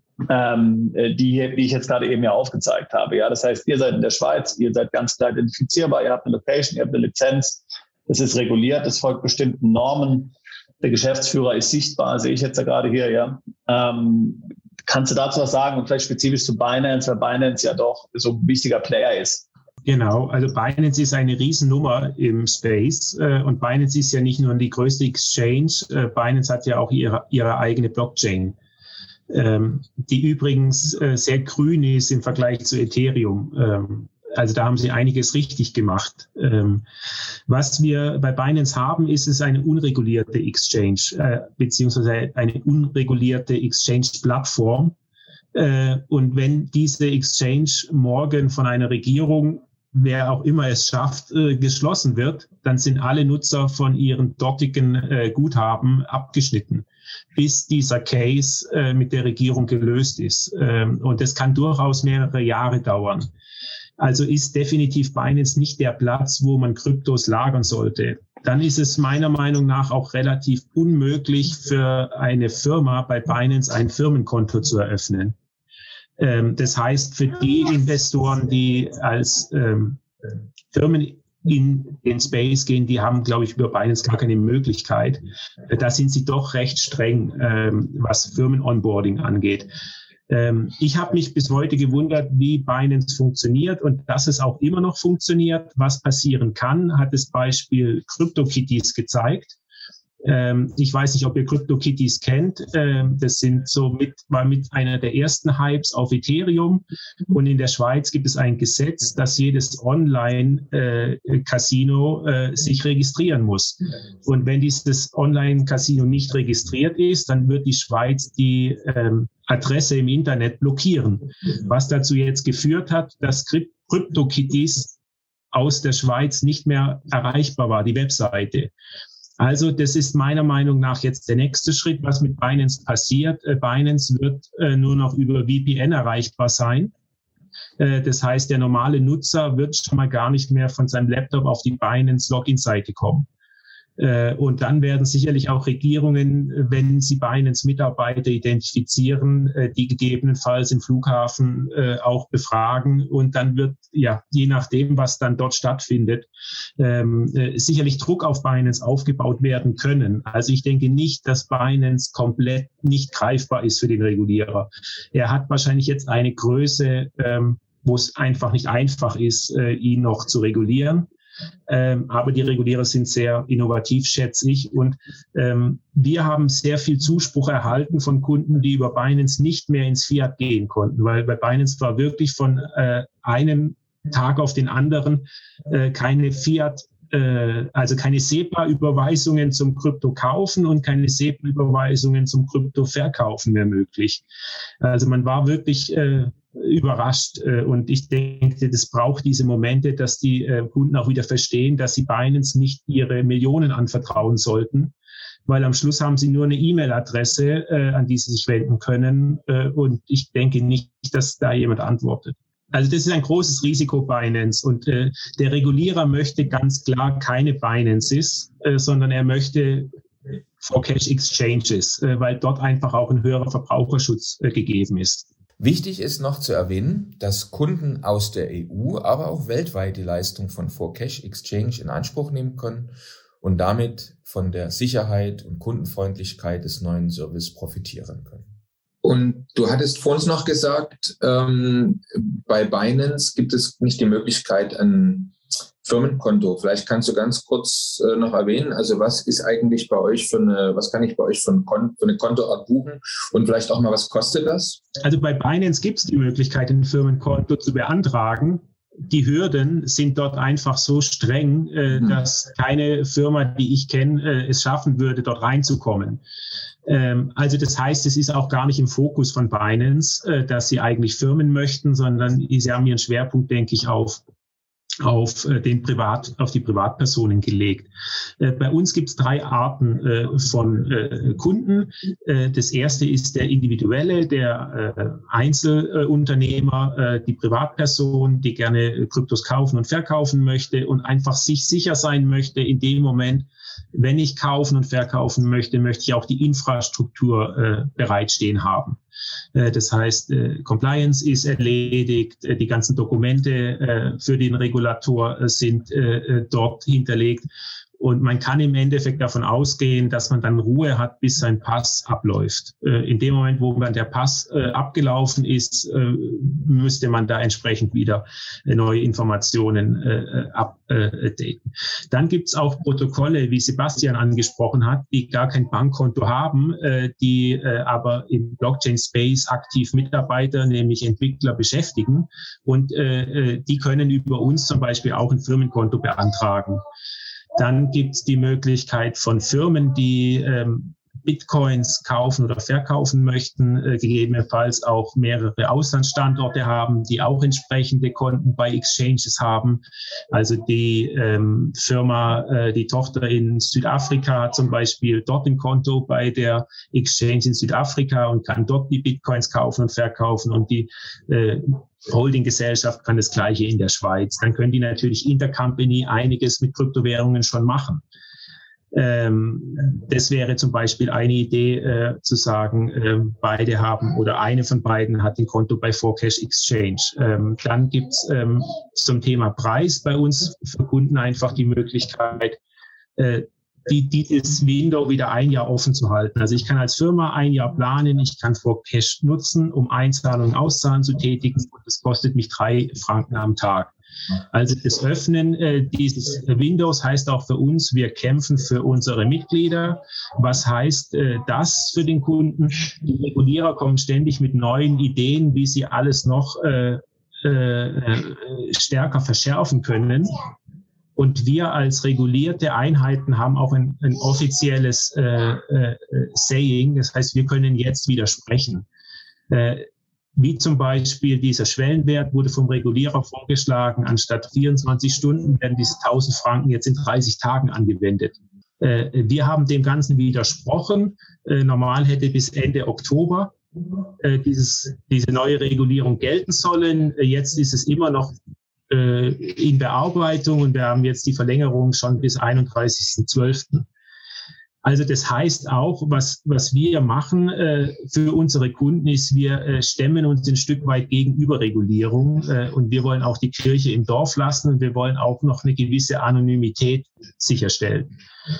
E: ähm, die, die ich jetzt gerade eben ja aufgezeigt habe. Ja, das heißt, ihr seid in der Schweiz, ihr seid ganz klar identifizierbar, ihr habt eine Location, ihr habt eine Lizenz, das ist reguliert, das folgt bestimmten Normen. Der Geschäftsführer ist sichtbar, sehe ich jetzt ja gerade hier, ja. Ähm, kannst du dazu was sagen und vielleicht spezifisch zu Binance, weil Binance ja doch so ein wichtiger Player ist?
C: Genau, also Binance ist eine Riesennummer im Space äh, und Binance ist ja nicht nur die größte Exchange, äh, Binance hat ja auch ihre, ihre eigene Blockchain, ähm, die übrigens äh, sehr grün ist im Vergleich zu Ethereum. Ähm, also da haben sie einiges richtig gemacht. Ähm, was wir bei Binance haben, ist es eine unregulierte Exchange, äh, beziehungsweise eine unregulierte Exchange-Plattform. Äh, und wenn diese Exchange morgen von einer Regierung, wer auch immer es schafft, äh, geschlossen wird, dann sind alle Nutzer von ihren dortigen äh, Guthaben abgeschnitten, bis dieser Case äh, mit der Regierung gelöst ist. Ähm, und das kann durchaus mehrere Jahre dauern. Also ist definitiv Binance nicht der Platz, wo man Kryptos lagern sollte. Dann ist es meiner Meinung nach auch relativ unmöglich für eine Firma bei Binance ein Firmenkonto zu eröffnen. Ähm, das heißt, für die Investoren, die als ähm, Firmen in den Space gehen, die haben, glaube ich, über Binance gar keine Möglichkeit. Äh, da sind sie doch recht streng, ähm, was Firmen-Onboarding angeht. Ähm, ich habe mich bis heute gewundert, wie Binance funktioniert und dass es auch immer noch funktioniert. Was passieren kann, hat das Beispiel CryptoKitties gezeigt. Ähm, ich weiß nicht, ob ihr CryptoKitties kennt. Ähm, das sind so mit, war mit einer der ersten Hypes auf Ethereum. Und in der Schweiz gibt es ein Gesetz, dass jedes Online-Casino äh, äh, sich registrieren muss. Und wenn dieses Online-Casino nicht registriert ist, dann wird die Schweiz die ähm, Adresse im Internet blockieren. Was dazu jetzt geführt hat, dass CryptoKitties aus der Schweiz nicht mehr erreichbar war, die Webseite. Also das ist meiner Meinung nach jetzt der nächste Schritt, was mit Binance passiert. Äh, Binance wird äh, nur noch über V P N erreichbar sein. Äh, das heißt, der normale Nutzer wird schon mal gar nicht mehr von seinem Laptop auf die Binance-Login-Seite kommen. Äh, und dann werden sicherlich auch Regierungen, wenn sie Binance-Mitarbeiter identifizieren, äh, die gegebenenfalls im Flughafen äh, auch befragen. Und dann wird, ja, je nachdem, was dann dort stattfindet, ähm, äh, sicherlich Druck auf Binance aufgebaut werden können. Also ich denke nicht, dass Binance komplett nicht greifbar ist für den Regulierer. Er hat wahrscheinlich jetzt eine Größe, ähm, wo es einfach nicht einfach ist, äh, ihn noch zu regulieren. Ähm, aber die Regulierer sind sehr innovativ, schätze ich. Und ähm, wir haben sehr viel Zuspruch erhalten von Kunden, die über Binance nicht mehr ins Fiat gehen konnten, weil bei Binance war wirklich von äh, einem Tag auf den anderen äh, keine Fiat, äh, also keine SEPA-Überweisungen zum Krypto-Kaufen und keine SEPA-Überweisungen zum Krypto-Verkaufen mehr möglich. Also man war wirklich äh, überrascht. Und ich denke, das braucht diese Momente, dass die Kunden auch wieder verstehen, dass sie Binance nicht ihre Millionen anvertrauen sollten, weil am Schluss haben sie nur eine E-Mail-Adresse, an die sie sich wenden können. Und ich denke nicht, dass da jemand antwortet. Also das ist ein großes Risiko, Binance. Und der Regulierer möchte ganz klar keine Binances, sondern er möchte For-Cash-Exchanges, weil dort einfach auch ein höherer Verbraucherschutz gegeben ist.
B: Wichtig ist noch zu erwähnen, dass Kunden aus der E U, aber auch weltweit die Leistung von For-Cash Exchange in Anspruch nehmen können und damit von der Sicherheit und Kundenfreundlichkeit des neuen Service profitieren können.
D: Und du hattest vor uns noch gesagt, ähm, bei Binance gibt es nicht die Möglichkeit, ein Firmenkonto. Vielleicht kannst du ganz kurz äh, noch erwähnen, also was ist eigentlich bei euch für eine, was kann ich bei euch für, ein Kon- für eine Kontoart buchen und vielleicht auch mal, was kostet das?
C: Also bei Binance gibt es die Möglichkeit, ein Firmenkonto zu beantragen. die Hürden sind dort einfach so streng, äh, mhm. dass keine Firma, die ich kenne, äh, es schaffen würde, dort reinzukommen. Ähm, also das heißt, es ist auch gar nicht im Fokus von Binance, äh, dass sie eigentlich Firmen möchten, sondern sie haben ihren Schwerpunkt, denke ich, auf auf den Privat, auf die Privatpersonen gelegt. Äh, bei uns gibt es drei Arten äh, von äh, Kunden. Äh, das erste ist der individuelle, der äh, Einzelunternehmer, äh, die Privatperson, die gerne Kryptos kaufen und verkaufen möchte und einfach sich sicher sein möchte in dem Moment, wenn ich kaufen und verkaufen möchte, möchte ich auch die Infrastruktur äh, bereitstehen haben. Äh, das heißt, äh, Compliance ist erledigt, äh, die ganzen Dokumente äh, für den Regulator äh, sind äh, dort hinterlegt. Und man kann im Endeffekt davon ausgehen, dass man dann Ruhe hat, bis sein Pass abläuft. Äh, in dem Moment, wo dann der Pass äh, abgelaufen ist, äh, müsste man da entsprechend wieder äh, neue Informationen äh, updaten. Dann gibt es auch Protokolle, wie Sebastian angesprochen hat, die gar kein Bankkonto haben, äh, die äh, aber im Blockchain-Space aktiv Mitarbeiter, nämlich Entwickler, beschäftigen. Und äh, die können über uns zum Beispiel auch ein Firmenkonto beantragen. Dann gibt es die Möglichkeit von Firmen, die ähm, Bitcoins kaufen oder verkaufen möchten, äh, gegebenenfalls auch mehrere Auslandsstandorte haben, die auch entsprechende Konten bei Exchanges haben. Also die ähm, Firma, äh, die Tochter in Südafrika hat zum Beispiel dort ein Konto bei der Exchange in Südafrika und kann dort die Bitcoins kaufen und verkaufen und die äh, Holdinggesellschaft kann das Gleiche in der Schweiz. Dann können die natürlich intercompany einiges mit Kryptowährungen schon machen. Ähm, das wäre zum Beispiel eine Idee, äh, zu sagen, äh, beide haben oder eine von beiden hat ein Konto bei four cash Exchange. Ähm, dann gibt's ähm, zum Thema Preis bei uns für Kunden einfach die Möglichkeit, äh, die, dieses Window wieder ein Jahr offen zu halten. Also ich kann als Firma ein Jahr planen, ich kann four cash nutzen, um Einzahlungen, Auszahlen zu tätigen und das kostet mich drei Franken am Tag. Also das Öffnen äh, dieses Windows heißt auch für uns, wir kämpfen für unsere Mitglieder. Was heißt äh, das für den Kunden? Die Regulierer kommen ständig mit neuen Ideen, wie sie alles noch äh, äh, stärker verschärfen können. Und wir als regulierte Einheiten haben auch ein, ein offizielles äh, äh, Saying. Das heißt, wir können jetzt widersprechen. Äh, wie zum Beispiel dieser Schwellenwert wurde vom Regulierer vorgeschlagen. Anstatt vierundzwanzig Stunden werden diese tausend Franken jetzt in dreißig Tagen angewendet. Äh, wir haben dem Ganzen widersprochen. Äh, normal hätte bis Ende Oktober äh, dieses, diese neue Regulierung gelten sollen. Äh, jetzt ist es immer noch in Bearbeitung und wir haben jetzt die Verlängerung schon bis einunddreißigsten zwölften Also das heißt auch, was, was wir machen äh, für unsere Kunden ist, wir äh, stemmen uns ein Stück weit gegen Überregulierung äh, und wir wollen auch die Kirche im Dorf lassen und wir wollen auch noch eine gewisse Anonymität sicherstellen.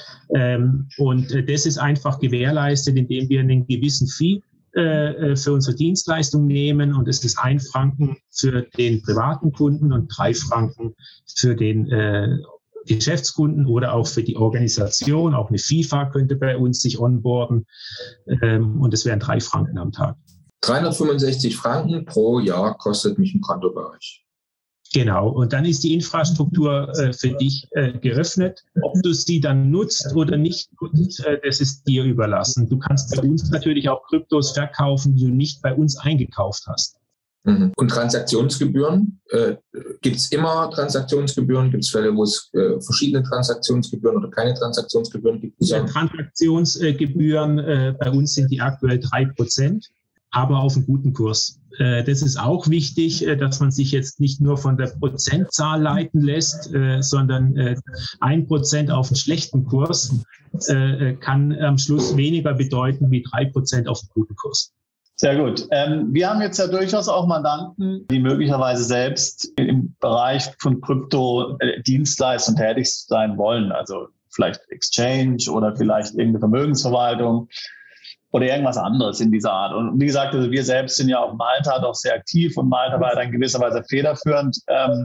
C: Ähm, und äh, das ist einfach gewährleistet, indem wir einen gewissen Fee für unsere Dienstleistung nehmen und es ist ein Franken für den privaten Kunden und drei Franken für den äh, Geschäftskunden oder auch für die Organisation. Auch eine FIFA könnte bei uns sich onboarden ähm, und es wären drei Franken am Tag.
D: dreihundertfünfundsechzig Franken pro Jahr kostet mich ein Konto bei euch.
C: Genau, und dann ist die Infrastruktur äh, für dich äh, geöffnet. Ob du sie dann nutzt oder nicht nutzt, äh, das ist dir überlassen. Du kannst bei uns natürlich auch Kryptos verkaufen, die du nicht bei uns eingekauft hast.
D: Mhm. Und Transaktionsgebühren? Äh, gibt es immer Transaktionsgebühren? Gibt es Fälle, wo es äh, verschiedene Transaktionsgebühren oder keine Transaktionsgebühren gibt?
C: Ja, Transaktionsgebühren äh, bei uns sind die aktuell drei Prozent. Aber auf einen guten Kurs. Das ist auch wichtig, dass man sich jetzt nicht nur von der Prozentzahl leiten lässt, sondern ein Prozent auf einen schlechten Kurs kann am Schluss weniger bedeuten wie drei Prozent auf einen guten Kurs.
E: Sehr gut. Ähm, wir haben jetzt ja durchaus auch Mandanten, die möglicherweise selbst im Bereich von Krypto-Dienstleistungen tätig sein wollen. Also vielleicht Exchange oder vielleicht irgendeine Vermögensverwaltung. Oder irgendwas anderes in dieser Art. Und wie gesagt, also wir selbst sind ja auf Malta doch sehr aktiv und Malta war dann in gewisser Weise federführend. Ähm,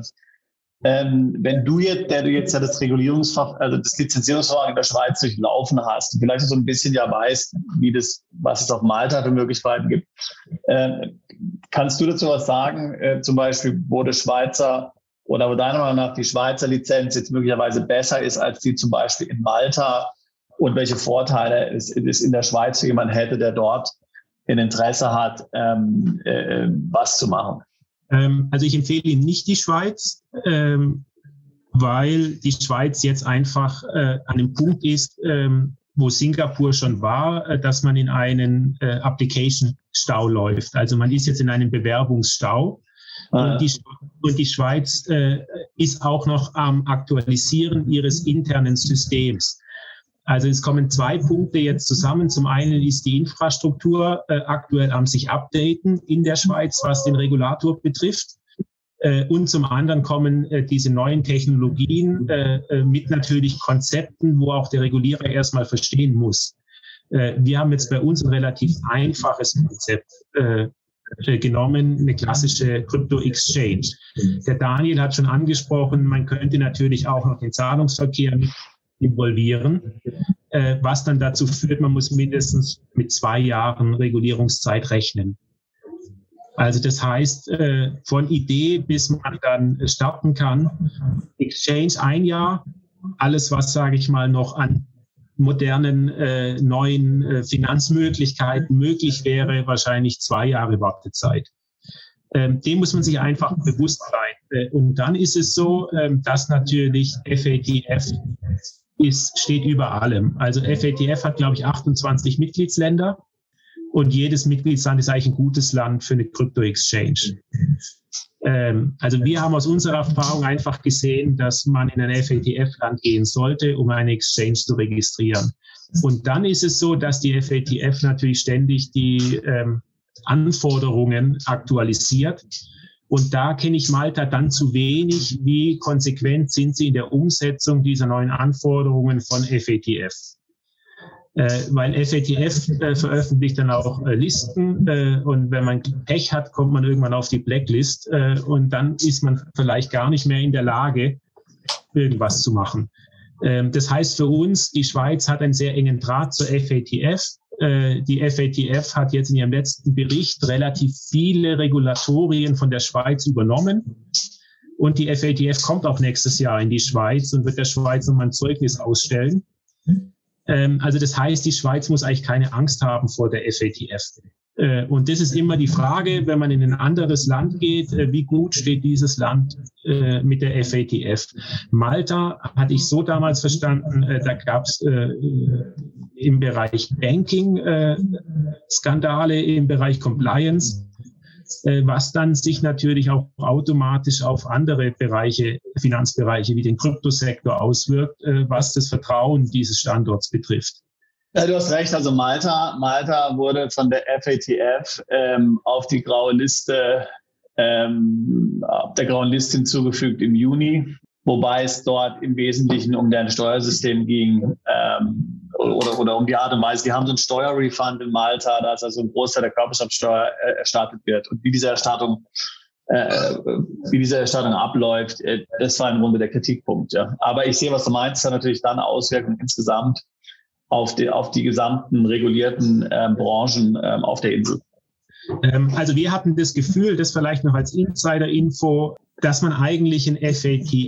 E: ähm, wenn du jetzt, der du jetzt ja das Regulierungsfach, also das Lizenzierungsverfahren in der Schweiz durchlaufen hast, vielleicht so ein bisschen ja weißt, wie das, was es auf Malta für Möglichkeiten gibt, äh, kannst du dazu was sagen? Äh, zum Beispiel, wo der Schweizer oder wo deiner Meinung nach die Schweizer Lizenz jetzt möglicherweise besser ist als die zum Beispiel in Malta und welche Vorteile es, es in der Schweiz für jemanden hätte, der dort ein Interesse hat, ähm, äh, was zu machen?
C: Ähm, also ich empfehle Ihnen nicht die Schweiz, ähm, weil die Schweiz jetzt einfach äh, an dem Punkt ist, ähm, wo Singapur schon war, äh, dass man in einen äh, Application-Stau läuft. Also man ist jetzt in einem Bewerbungsstau. Und die, und die Schweiz äh, ist auch noch am Aktualisieren ihres internen Systems. Also es kommen zwei Punkte jetzt zusammen. Zum einen ist die Infrastruktur äh, aktuell am sich updaten in der Schweiz, was den Regulator betrifft. Äh, und zum anderen kommen äh, diese neuen Technologien äh, äh, mit natürlich Konzepten, wo auch der Regulierer erstmal verstehen muss. Äh, wir haben jetzt bei uns ein relativ einfaches Konzept äh, genommen, eine klassische Krypto-Exchange. Der Daniel hat schon angesprochen, man könnte natürlich auch noch den Zahlungsverkehr mit involvieren, äh, was dann dazu führt, man muss mindestens mit zwei Jahren Regulierungszeit rechnen. Also das heißt, äh, von Idee bis man dann starten kann, Exchange ein Jahr, alles was, sage ich mal, noch an modernen, äh, neuen äh, Finanzmöglichkeiten möglich wäre, wahrscheinlich zwei Jahre Wartezeit. Ähm, dem muss man sich einfach bewusst sein. Äh, und dann ist es so, ähm, dass natürlich F A T F ist, steht über allem. Also F A T F hat, glaube ich, achtundzwanzig Mitgliedsländer und jedes Mitgliedsland ist eigentlich ein gutes Land für eine Krypto-Exchange. Ähm, also wir haben aus unserer Erfahrung einfach gesehen, dass man in ein F A T F-Land gehen sollte, um eine Exchange zu registrieren. Und dann ist es so, dass die F A T F natürlich ständig die ähm, Anforderungen aktualisiert. Und da kenne ich Malta dann zu wenig. Wie konsequent sind sie in der Umsetzung dieser neuen Anforderungen von F A T F? Äh, weil F A T F äh, veröffentlicht dann auch äh, Listen äh, und wenn man Pech hat, kommt man irgendwann auf die Blacklist äh, und dann ist man vielleicht gar nicht mehr in der Lage, irgendwas zu machen. Ähm, das heißt für uns, die Schweiz hat einen sehr engen Draht zur F A T F. Äh, die F A T F hat jetzt in ihrem letzten Bericht relativ viele Regulatorien von der Schweiz übernommen. Und die F A T F kommt auch nächstes Jahr in die Schweiz und wird der Schweiz nochmal ein Zeugnis ausstellen. Also das heißt, die Schweiz muss eigentlich keine Angst haben vor der F A T F. Und das ist immer die Frage, wenn man in ein anderes Land geht, wie gut steht dieses Land mit der F A T F? Malta hatte ich so damals verstanden, da gab es im Bereich Banking Skandale, im Bereich Compliance, was dann sich natürlich auch automatisch auf andere Bereiche, Finanzbereiche wie den Kryptosektor auswirkt, was das Vertrauen dieses Standorts betrifft.
E: Ja, du hast recht. Also Malta, Malta wurde von der F A T F ähm, auf die graue Liste, ähm, auf der grauen Liste hinzugefügt im Juni, wobei es dort im Wesentlichen um deren Steuersystem ging ähm, oder, oder um die Art und Weise. Die haben so einen Steuerrefund in Malta, dass also ein Großteil der Körperschaftsteuer äh, erstattet wird. Und wie diese Erstattung, äh, wie diese Erstattung abläuft, äh, das war im Grunde der Kritikpunkt. Ja. Aber ich sehe, was du meinst, das hat natürlich dann Auswirkungen insgesamt auf die, auf die gesamten regulierten äh, Branchen äh, auf der Insel.
C: Ähm, also wir hatten das Gefühl, das vielleicht noch als Insider-Info, dass man eigentlich ein F A T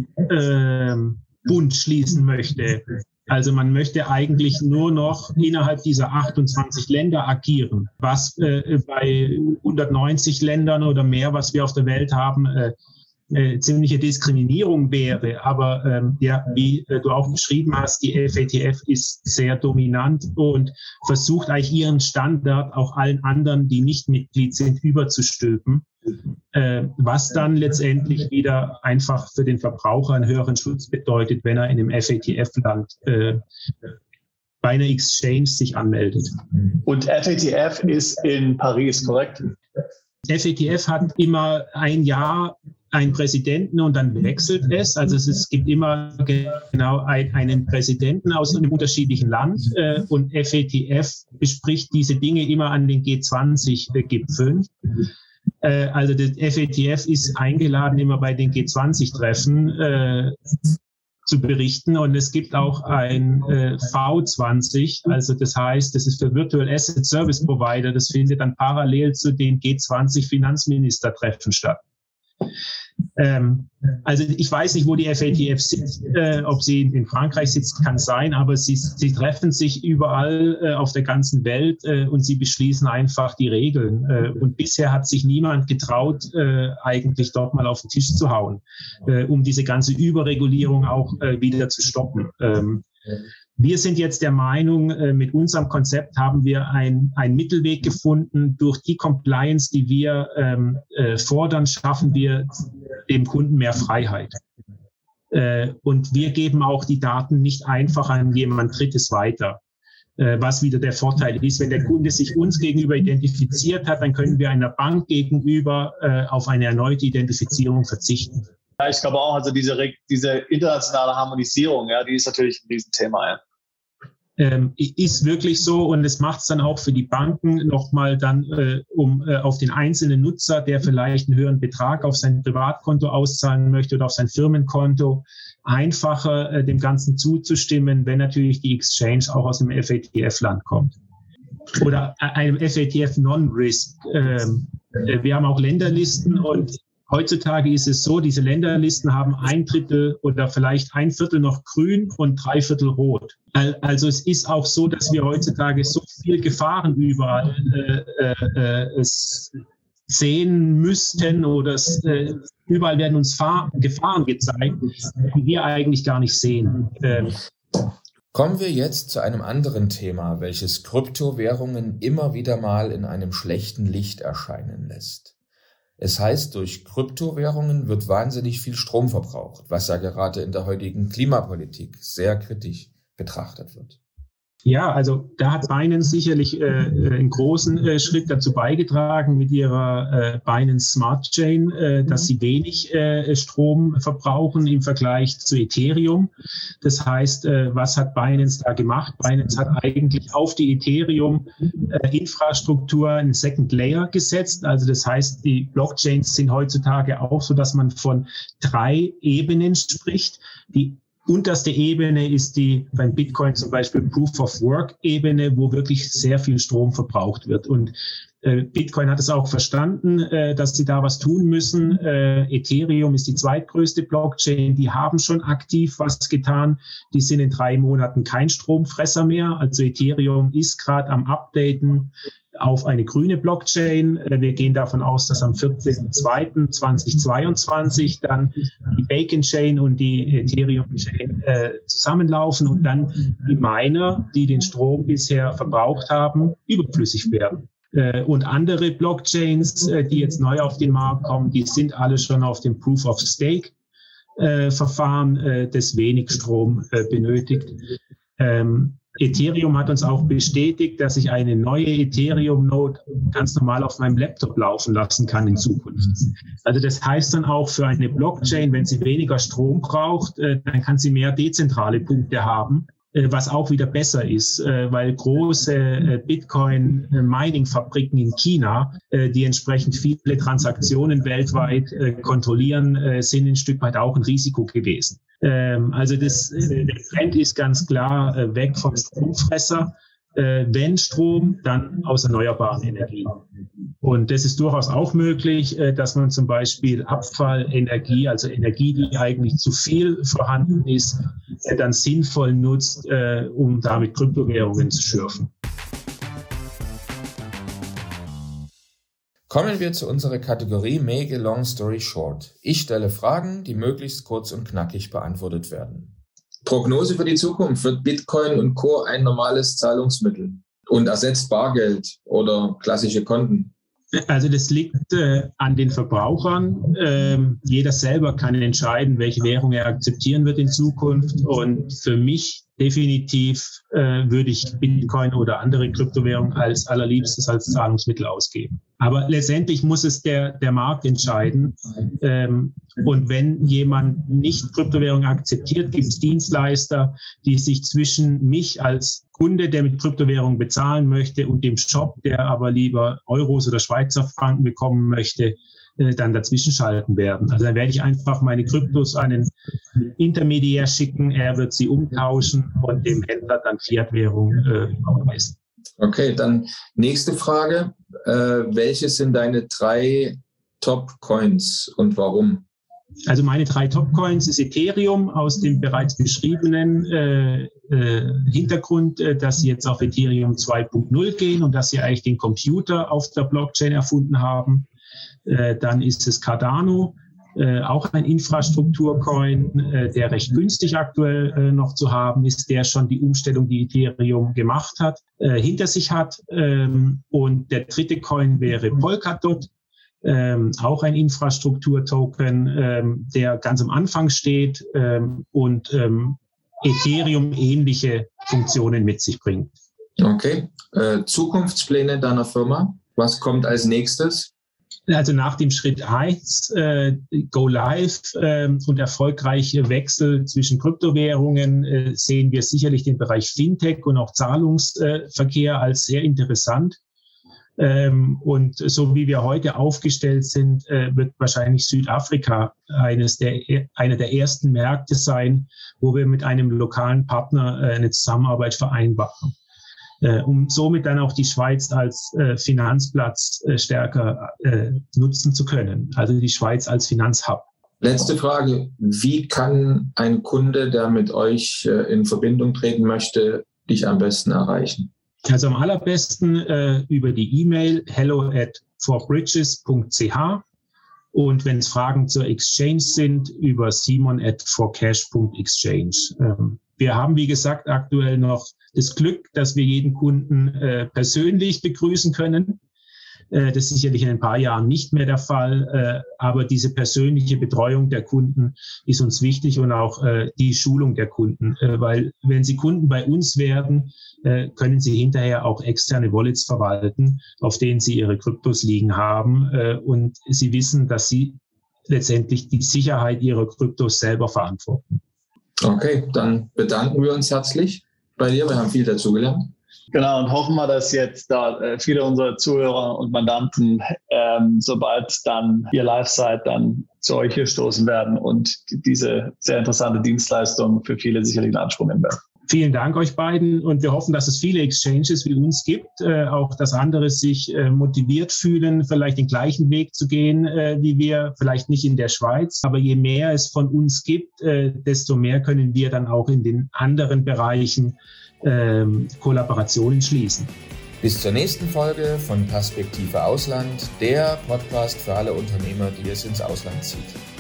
C: F-Bund äh, schließen möchte. Also man möchte eigentlich nur noch innerhalb dieser achtundzwanzig Länder agieren, was äh, bei hundertneunzig Ländern oder mehr, was wir auf der Welt haben, äh, äh, ziemliche Diskriminierung wäre. Aber ähm, ja, wie äh, du auch beschrieben hast, die F A T F ist sehr dominant und versucht eigentlich ihren Standard auch allen anderen, die nicht Mitglied sind, überzustülpen. Äh, was dann letztendlich wieder einfach für den Verbraucher einen höheren Schutz bedeutet, wenn er in einem F A T F-Land äh, bei einer Exchange sich anmeldet.
E: Und F A T F ist in Paris, korrekt?
C: F A T F hat immer ein Jahr einen Präsidenten und dann wechselt es. Also es, ist, es gibt immer genau ein, einen Präsidenten aus einem unterschiedlichen Land äh, und F A T F bespricht diese Dinge immer an den G zwanzig Gipfeln. Äh, also das F A T F ist eingeladen, immer bei den G zwanzig Treffen äh, zu berichten und es gibt auch ein äh, V zwanzig, also das heißt, das ist für Virtual Asset Service Provider, das findet dann parallel zu den G zwanzig Finanzministertreffen statt. Ähm, also ich weiß nicht, wo die F A T F sitzt, äh, ob sie in Frankreich sitzt, kann sein, aber sie, sie treffen sich überall äh, auf der ganzen Welt äh, und sie beschließen einfach die Regeln. Äh, und bisher hat sich niemand getraut, äh, eigentlich dort mal auf den Tisch zu hauen, äh, um diese ganze Überregulierung auch äh, wieder zu stoppen. Ähm, Wir sind jetzt der Meinung, mit unserem Konzept haben wir ein, einen Mittelweg gefunden. Durch die Compliance, die wir ähm, äh, fordern, schaffen wir dem Kunden mehr Freiheit. Äh, und wir geben auch die Daten nicht einfach an jemand Drittes weiter. Äh, was wieder der Vorteil ist, wenn der Kunde sich uns gegenüber identifiziert hat, dann können wir einer Bank gegenüber äh, auf eine erneute Identifizierung verzichten.
E: Ja, ich glaube auch, also diese, diese internationale Harmonisierung, ja, die ist natürlich ein Riesenthema, ja.
C: Ähm, ist wirklich so, und es macht es dann auch für die Banken nochmal dann, äh, um äh, auf den einzelnen Nutzer, der vielleicht einen höheren Betrag auf sein Privatkonto auszahlen möchte oder auf sein Firmenkonto, einfacher äh, dem Ganzen zuzustimmen, wenn natürlich die Exchange auch aus einem F A T F-Land kommt. Oder einem F A T F Non-Risk. Ähm, äh, wir haben auch Länderlisten, und heutzutage ist es so, diese Länderlisten haben ein Drittel oder vielleicht ein Viertel noch grün und drei Viertel rot. Also es ist auch so, dass wir heutzutage so viel Gefahren überall äh, äh, es sehen müssten, oder es, äh, überall werden uns Fahr- Gefahren gezeigt, die wir eigentlich gar nicht sehen. Ähm.
B: Kommen wir jetzt zu einem anderen Thema, welches Kryptowährungen immer wieder mal in einem schlechten Licht erscheinen lässt. Es heißt, durch Kryptowährungen wird wahnsinnig viel Strom verbraucht, was ja gerade in der heutigen Klimapolitik sehr kritisch betrachtet wird.
C: Ja, also da hat Binance sicherlich äh, einen großen äh, Schritt dazu beigetragen mit ihrer äh, Binance Smart Chain, äh, dass sie wenig äh, Strom verbrauchen im Vergleich zu Ethereum. Das heißt, äh, was hat Binance da gemacht? Binance hat eigentlich auf die Ethereum-Infrastruktur äh, einen Second Layer gesetzt. Also das heißt, die Blockchains sind heutzutage auch so, dass man von drei Ebenen spricht. Die unterste Ebene ist die beim Bitcoin zum Beispiel Proof-of-Work-Ebene, wo wirklich sehr viel Strom verbraucht wird. Und äh, Bitcoin hat es auch verstanden, äh, dass sie da was tun müssen. Äh, Ethereum ist die zweitgrößte Blockchain. Die haben schon aktiv was getan. Die sind in drei Monaten kein Stromfresser mehr. Also Ethereum ist gerade am Updaten auf eine grüne Blockchain. Wir gehen davon aus, dass am vierzehnten zweiten zweitausendzweiundzwanzig dann die Bacon Chain und die Ethereum Chain äh, zusammenlaufen und dann die Miner, die den Strom bisher verbraucht haben, überflüssig werden. Äh, und andere Blockchains, äh, die jetzt neu auf den Markt kommen, die sind alle schon auf dem Proof of Stake äh, Verfahren, äh, das wenig Strom äh, benötigt. Ähm, Ethereum hat uns auch bestätigt, dass ich eine neue Ethereum-Node ganz normal auf meinem Laptop laufen lassen kann in Zukunft. Also das heißt dann auch für eine Blockchain, wenn sie weniger Strom braucht, äh, dann kann sie mehr dezentrale Punkte haben, äh, was auch wieder besser ist, äh, weil große äh, Bitcoin-Mining-Fabriken in China, äh, die entsprechend viele Transaktionen weltweit äh, kontrollieren, äh, sind ein Stück weit auch ein Risiko gewesen. Ähm, also das, äh, der Trend ist ganz klar äh, weg vom Stromfresser. Äh, wenn Strom, dann aus erneuerbaren Energien. Und das ist durchaus auch möglich, äh, dass man zum Beispiel Abfallenergie, also Energie, die eigentlich zu viel vorhanden ist, äh, dann sinnvoll nutzt, äh, um damit Kryptowährungen zu schürfen.
B: Kommen wir zu unserer Kategorie Make a Long Story Short. Ich stelle Fragen, die möglichst kurz und knackig beantwortet werden.
D: Prognose für die Zukunft. Wird Bitcoin und Co. ein normales Zahlungsmittel und ersetzt Bargeld oder klassische Konten?
C: Also das liegt äh, an den Verbrauchern. Ähm, jeder selber kann entscheiden, welche Währung er akzeptieren wird in Zukunft. Und für mich definitiv äh, würde ich Bitcoin oder andere Kryptowährungen als allerliebstes als Zahlungsmittel ausgeben. Aber letztendlich muss es der, der Markt entscheiden. Ähm, und wenn jemand nicht Kryptowährung akzeptiert, gibt es Dienstleister, die sich zwischen mich als Kunde, der mit Kryptowährung bezahlen möchte, und dem Shop, der aber lieber Euros oder Schweizer Franken bekommen möchte, äh, dann dazwischen schalten werden. Also dann werde ich einfach meine Kryptos an einen Intermediär schicken, er wird sie umtauschen und dem Händler dann Fiat-Währung äh, überweisen.
D: Okay, dann nächste Frage. Äh, welche sind deine drei Top-Coins und warum?
C: Also meine drei Top-Coins ist Ethereum aus dem bereits beschriebenen äh, äh, Hintergrund, äh, dass sie jetzt auf Ethereum zwei Punkt null gehen und dass sie eigentlich den Computer auf der Blockchain erfunden haben. Äh, dann ist es Cardano, äh, auch ein Infrastrukturcoin, äh, der recht günstig aktuell äh, noch zu haben ist, der schon die Umstellung, die Ethereum gemacht hat, äh, hinter sich hat. Ähm, und der dritte Coin wäre Polkadot. Ähm, auch ein Infrastrukturtoken, ähm, der ganz am Anfang steht ähm, und ähm, Ethereum ähnliche Funktionen mit sich bringt.
D: Okay. Äh, Zukunftspläne deiner Firma? Was kommt als nächstes?
C: Also nach dem Schritt eins, äh, Go Live äh, und erfolgreiche Wechsel zwischen Kryptowährungen, äh, sehen wir sicherlich den Bereich Fintech und auch Zahlungsverkehr äh, als sehr interessant. Ähm, und so wie wir heute aufgestellt sind, äh, wird wahrscheinlich Südafrika eines der, einer der ersten Märkte sein, wo wir mit einem lokalen Partner äh, eine Zusammenarbeit vereinbaren, äh, um somit dann auch die Schweiz als äh, Finanzplatz äh, stärker äh, nutzen zu können, also die Schweiz als Finanzhub.
D: Letzte Frage, wie kann ein Kunde, der mit euch äh, in Verbindung treten möchte, dich am besten erreichen?
C: Also am allerbesten äh, über die E-Mail hello at four bridges punkt c h und wenn es Fragen zur Exchange sind, über simon at four cash punkt exchange. Ähm, wir haben, wie gesagt, aktuell noch das Glück, dass wir jeden Kunden äh, persönlich begrüßen können. Äh, das ist sicherlich in ein paar Jahren nicht mehr der Fall, äh, aber diese persönliche Betreuung der Kunden ist uns wichtig und auch äh, die Schulung der Kunden, äh, weil wenn sie Kunden bei uns werden, äh, können sie hinterher auch externe Wallets verwalten, auf denen sie ihre Kryptos liegen haben äh, und sie wissen, dass sie letztendlich die Sicherheit ihrer Kryptos selber verantworten.
D: Okay, dann bedanken wir uns herzlich bei dir. Wir haben viel dazugelernt.
E: Genau, und hoffen wir, dass jetzt da äh, viele unserer Zuhörer und Mandanten, ähm, sobald dann ihr live seid, dann zu euch hier stoßen werden und diese sehr interessante Dienstleistung für viele sicherlich in Anspruch nehmen werden.
C: Vielen Dank euch beiden und wir hoffen, dass es viele Exchanges wie uns gibt, äh, auch dass andere sich äh, motiviert fühlen, vielleicht den gleichen Weg zu gehen äh, wie wir, vielleicht nicht in der Schweiz, aber je mehr es von uns gibt, äh, desto mehr können wir dann auch in den anderen Bereichen ähm, Kollaborationen schließen.
B: Bis zur nächsten Folge von Perspektive Ausland, der Podcast für alle Unternehmer, die es ins Ausland zieht.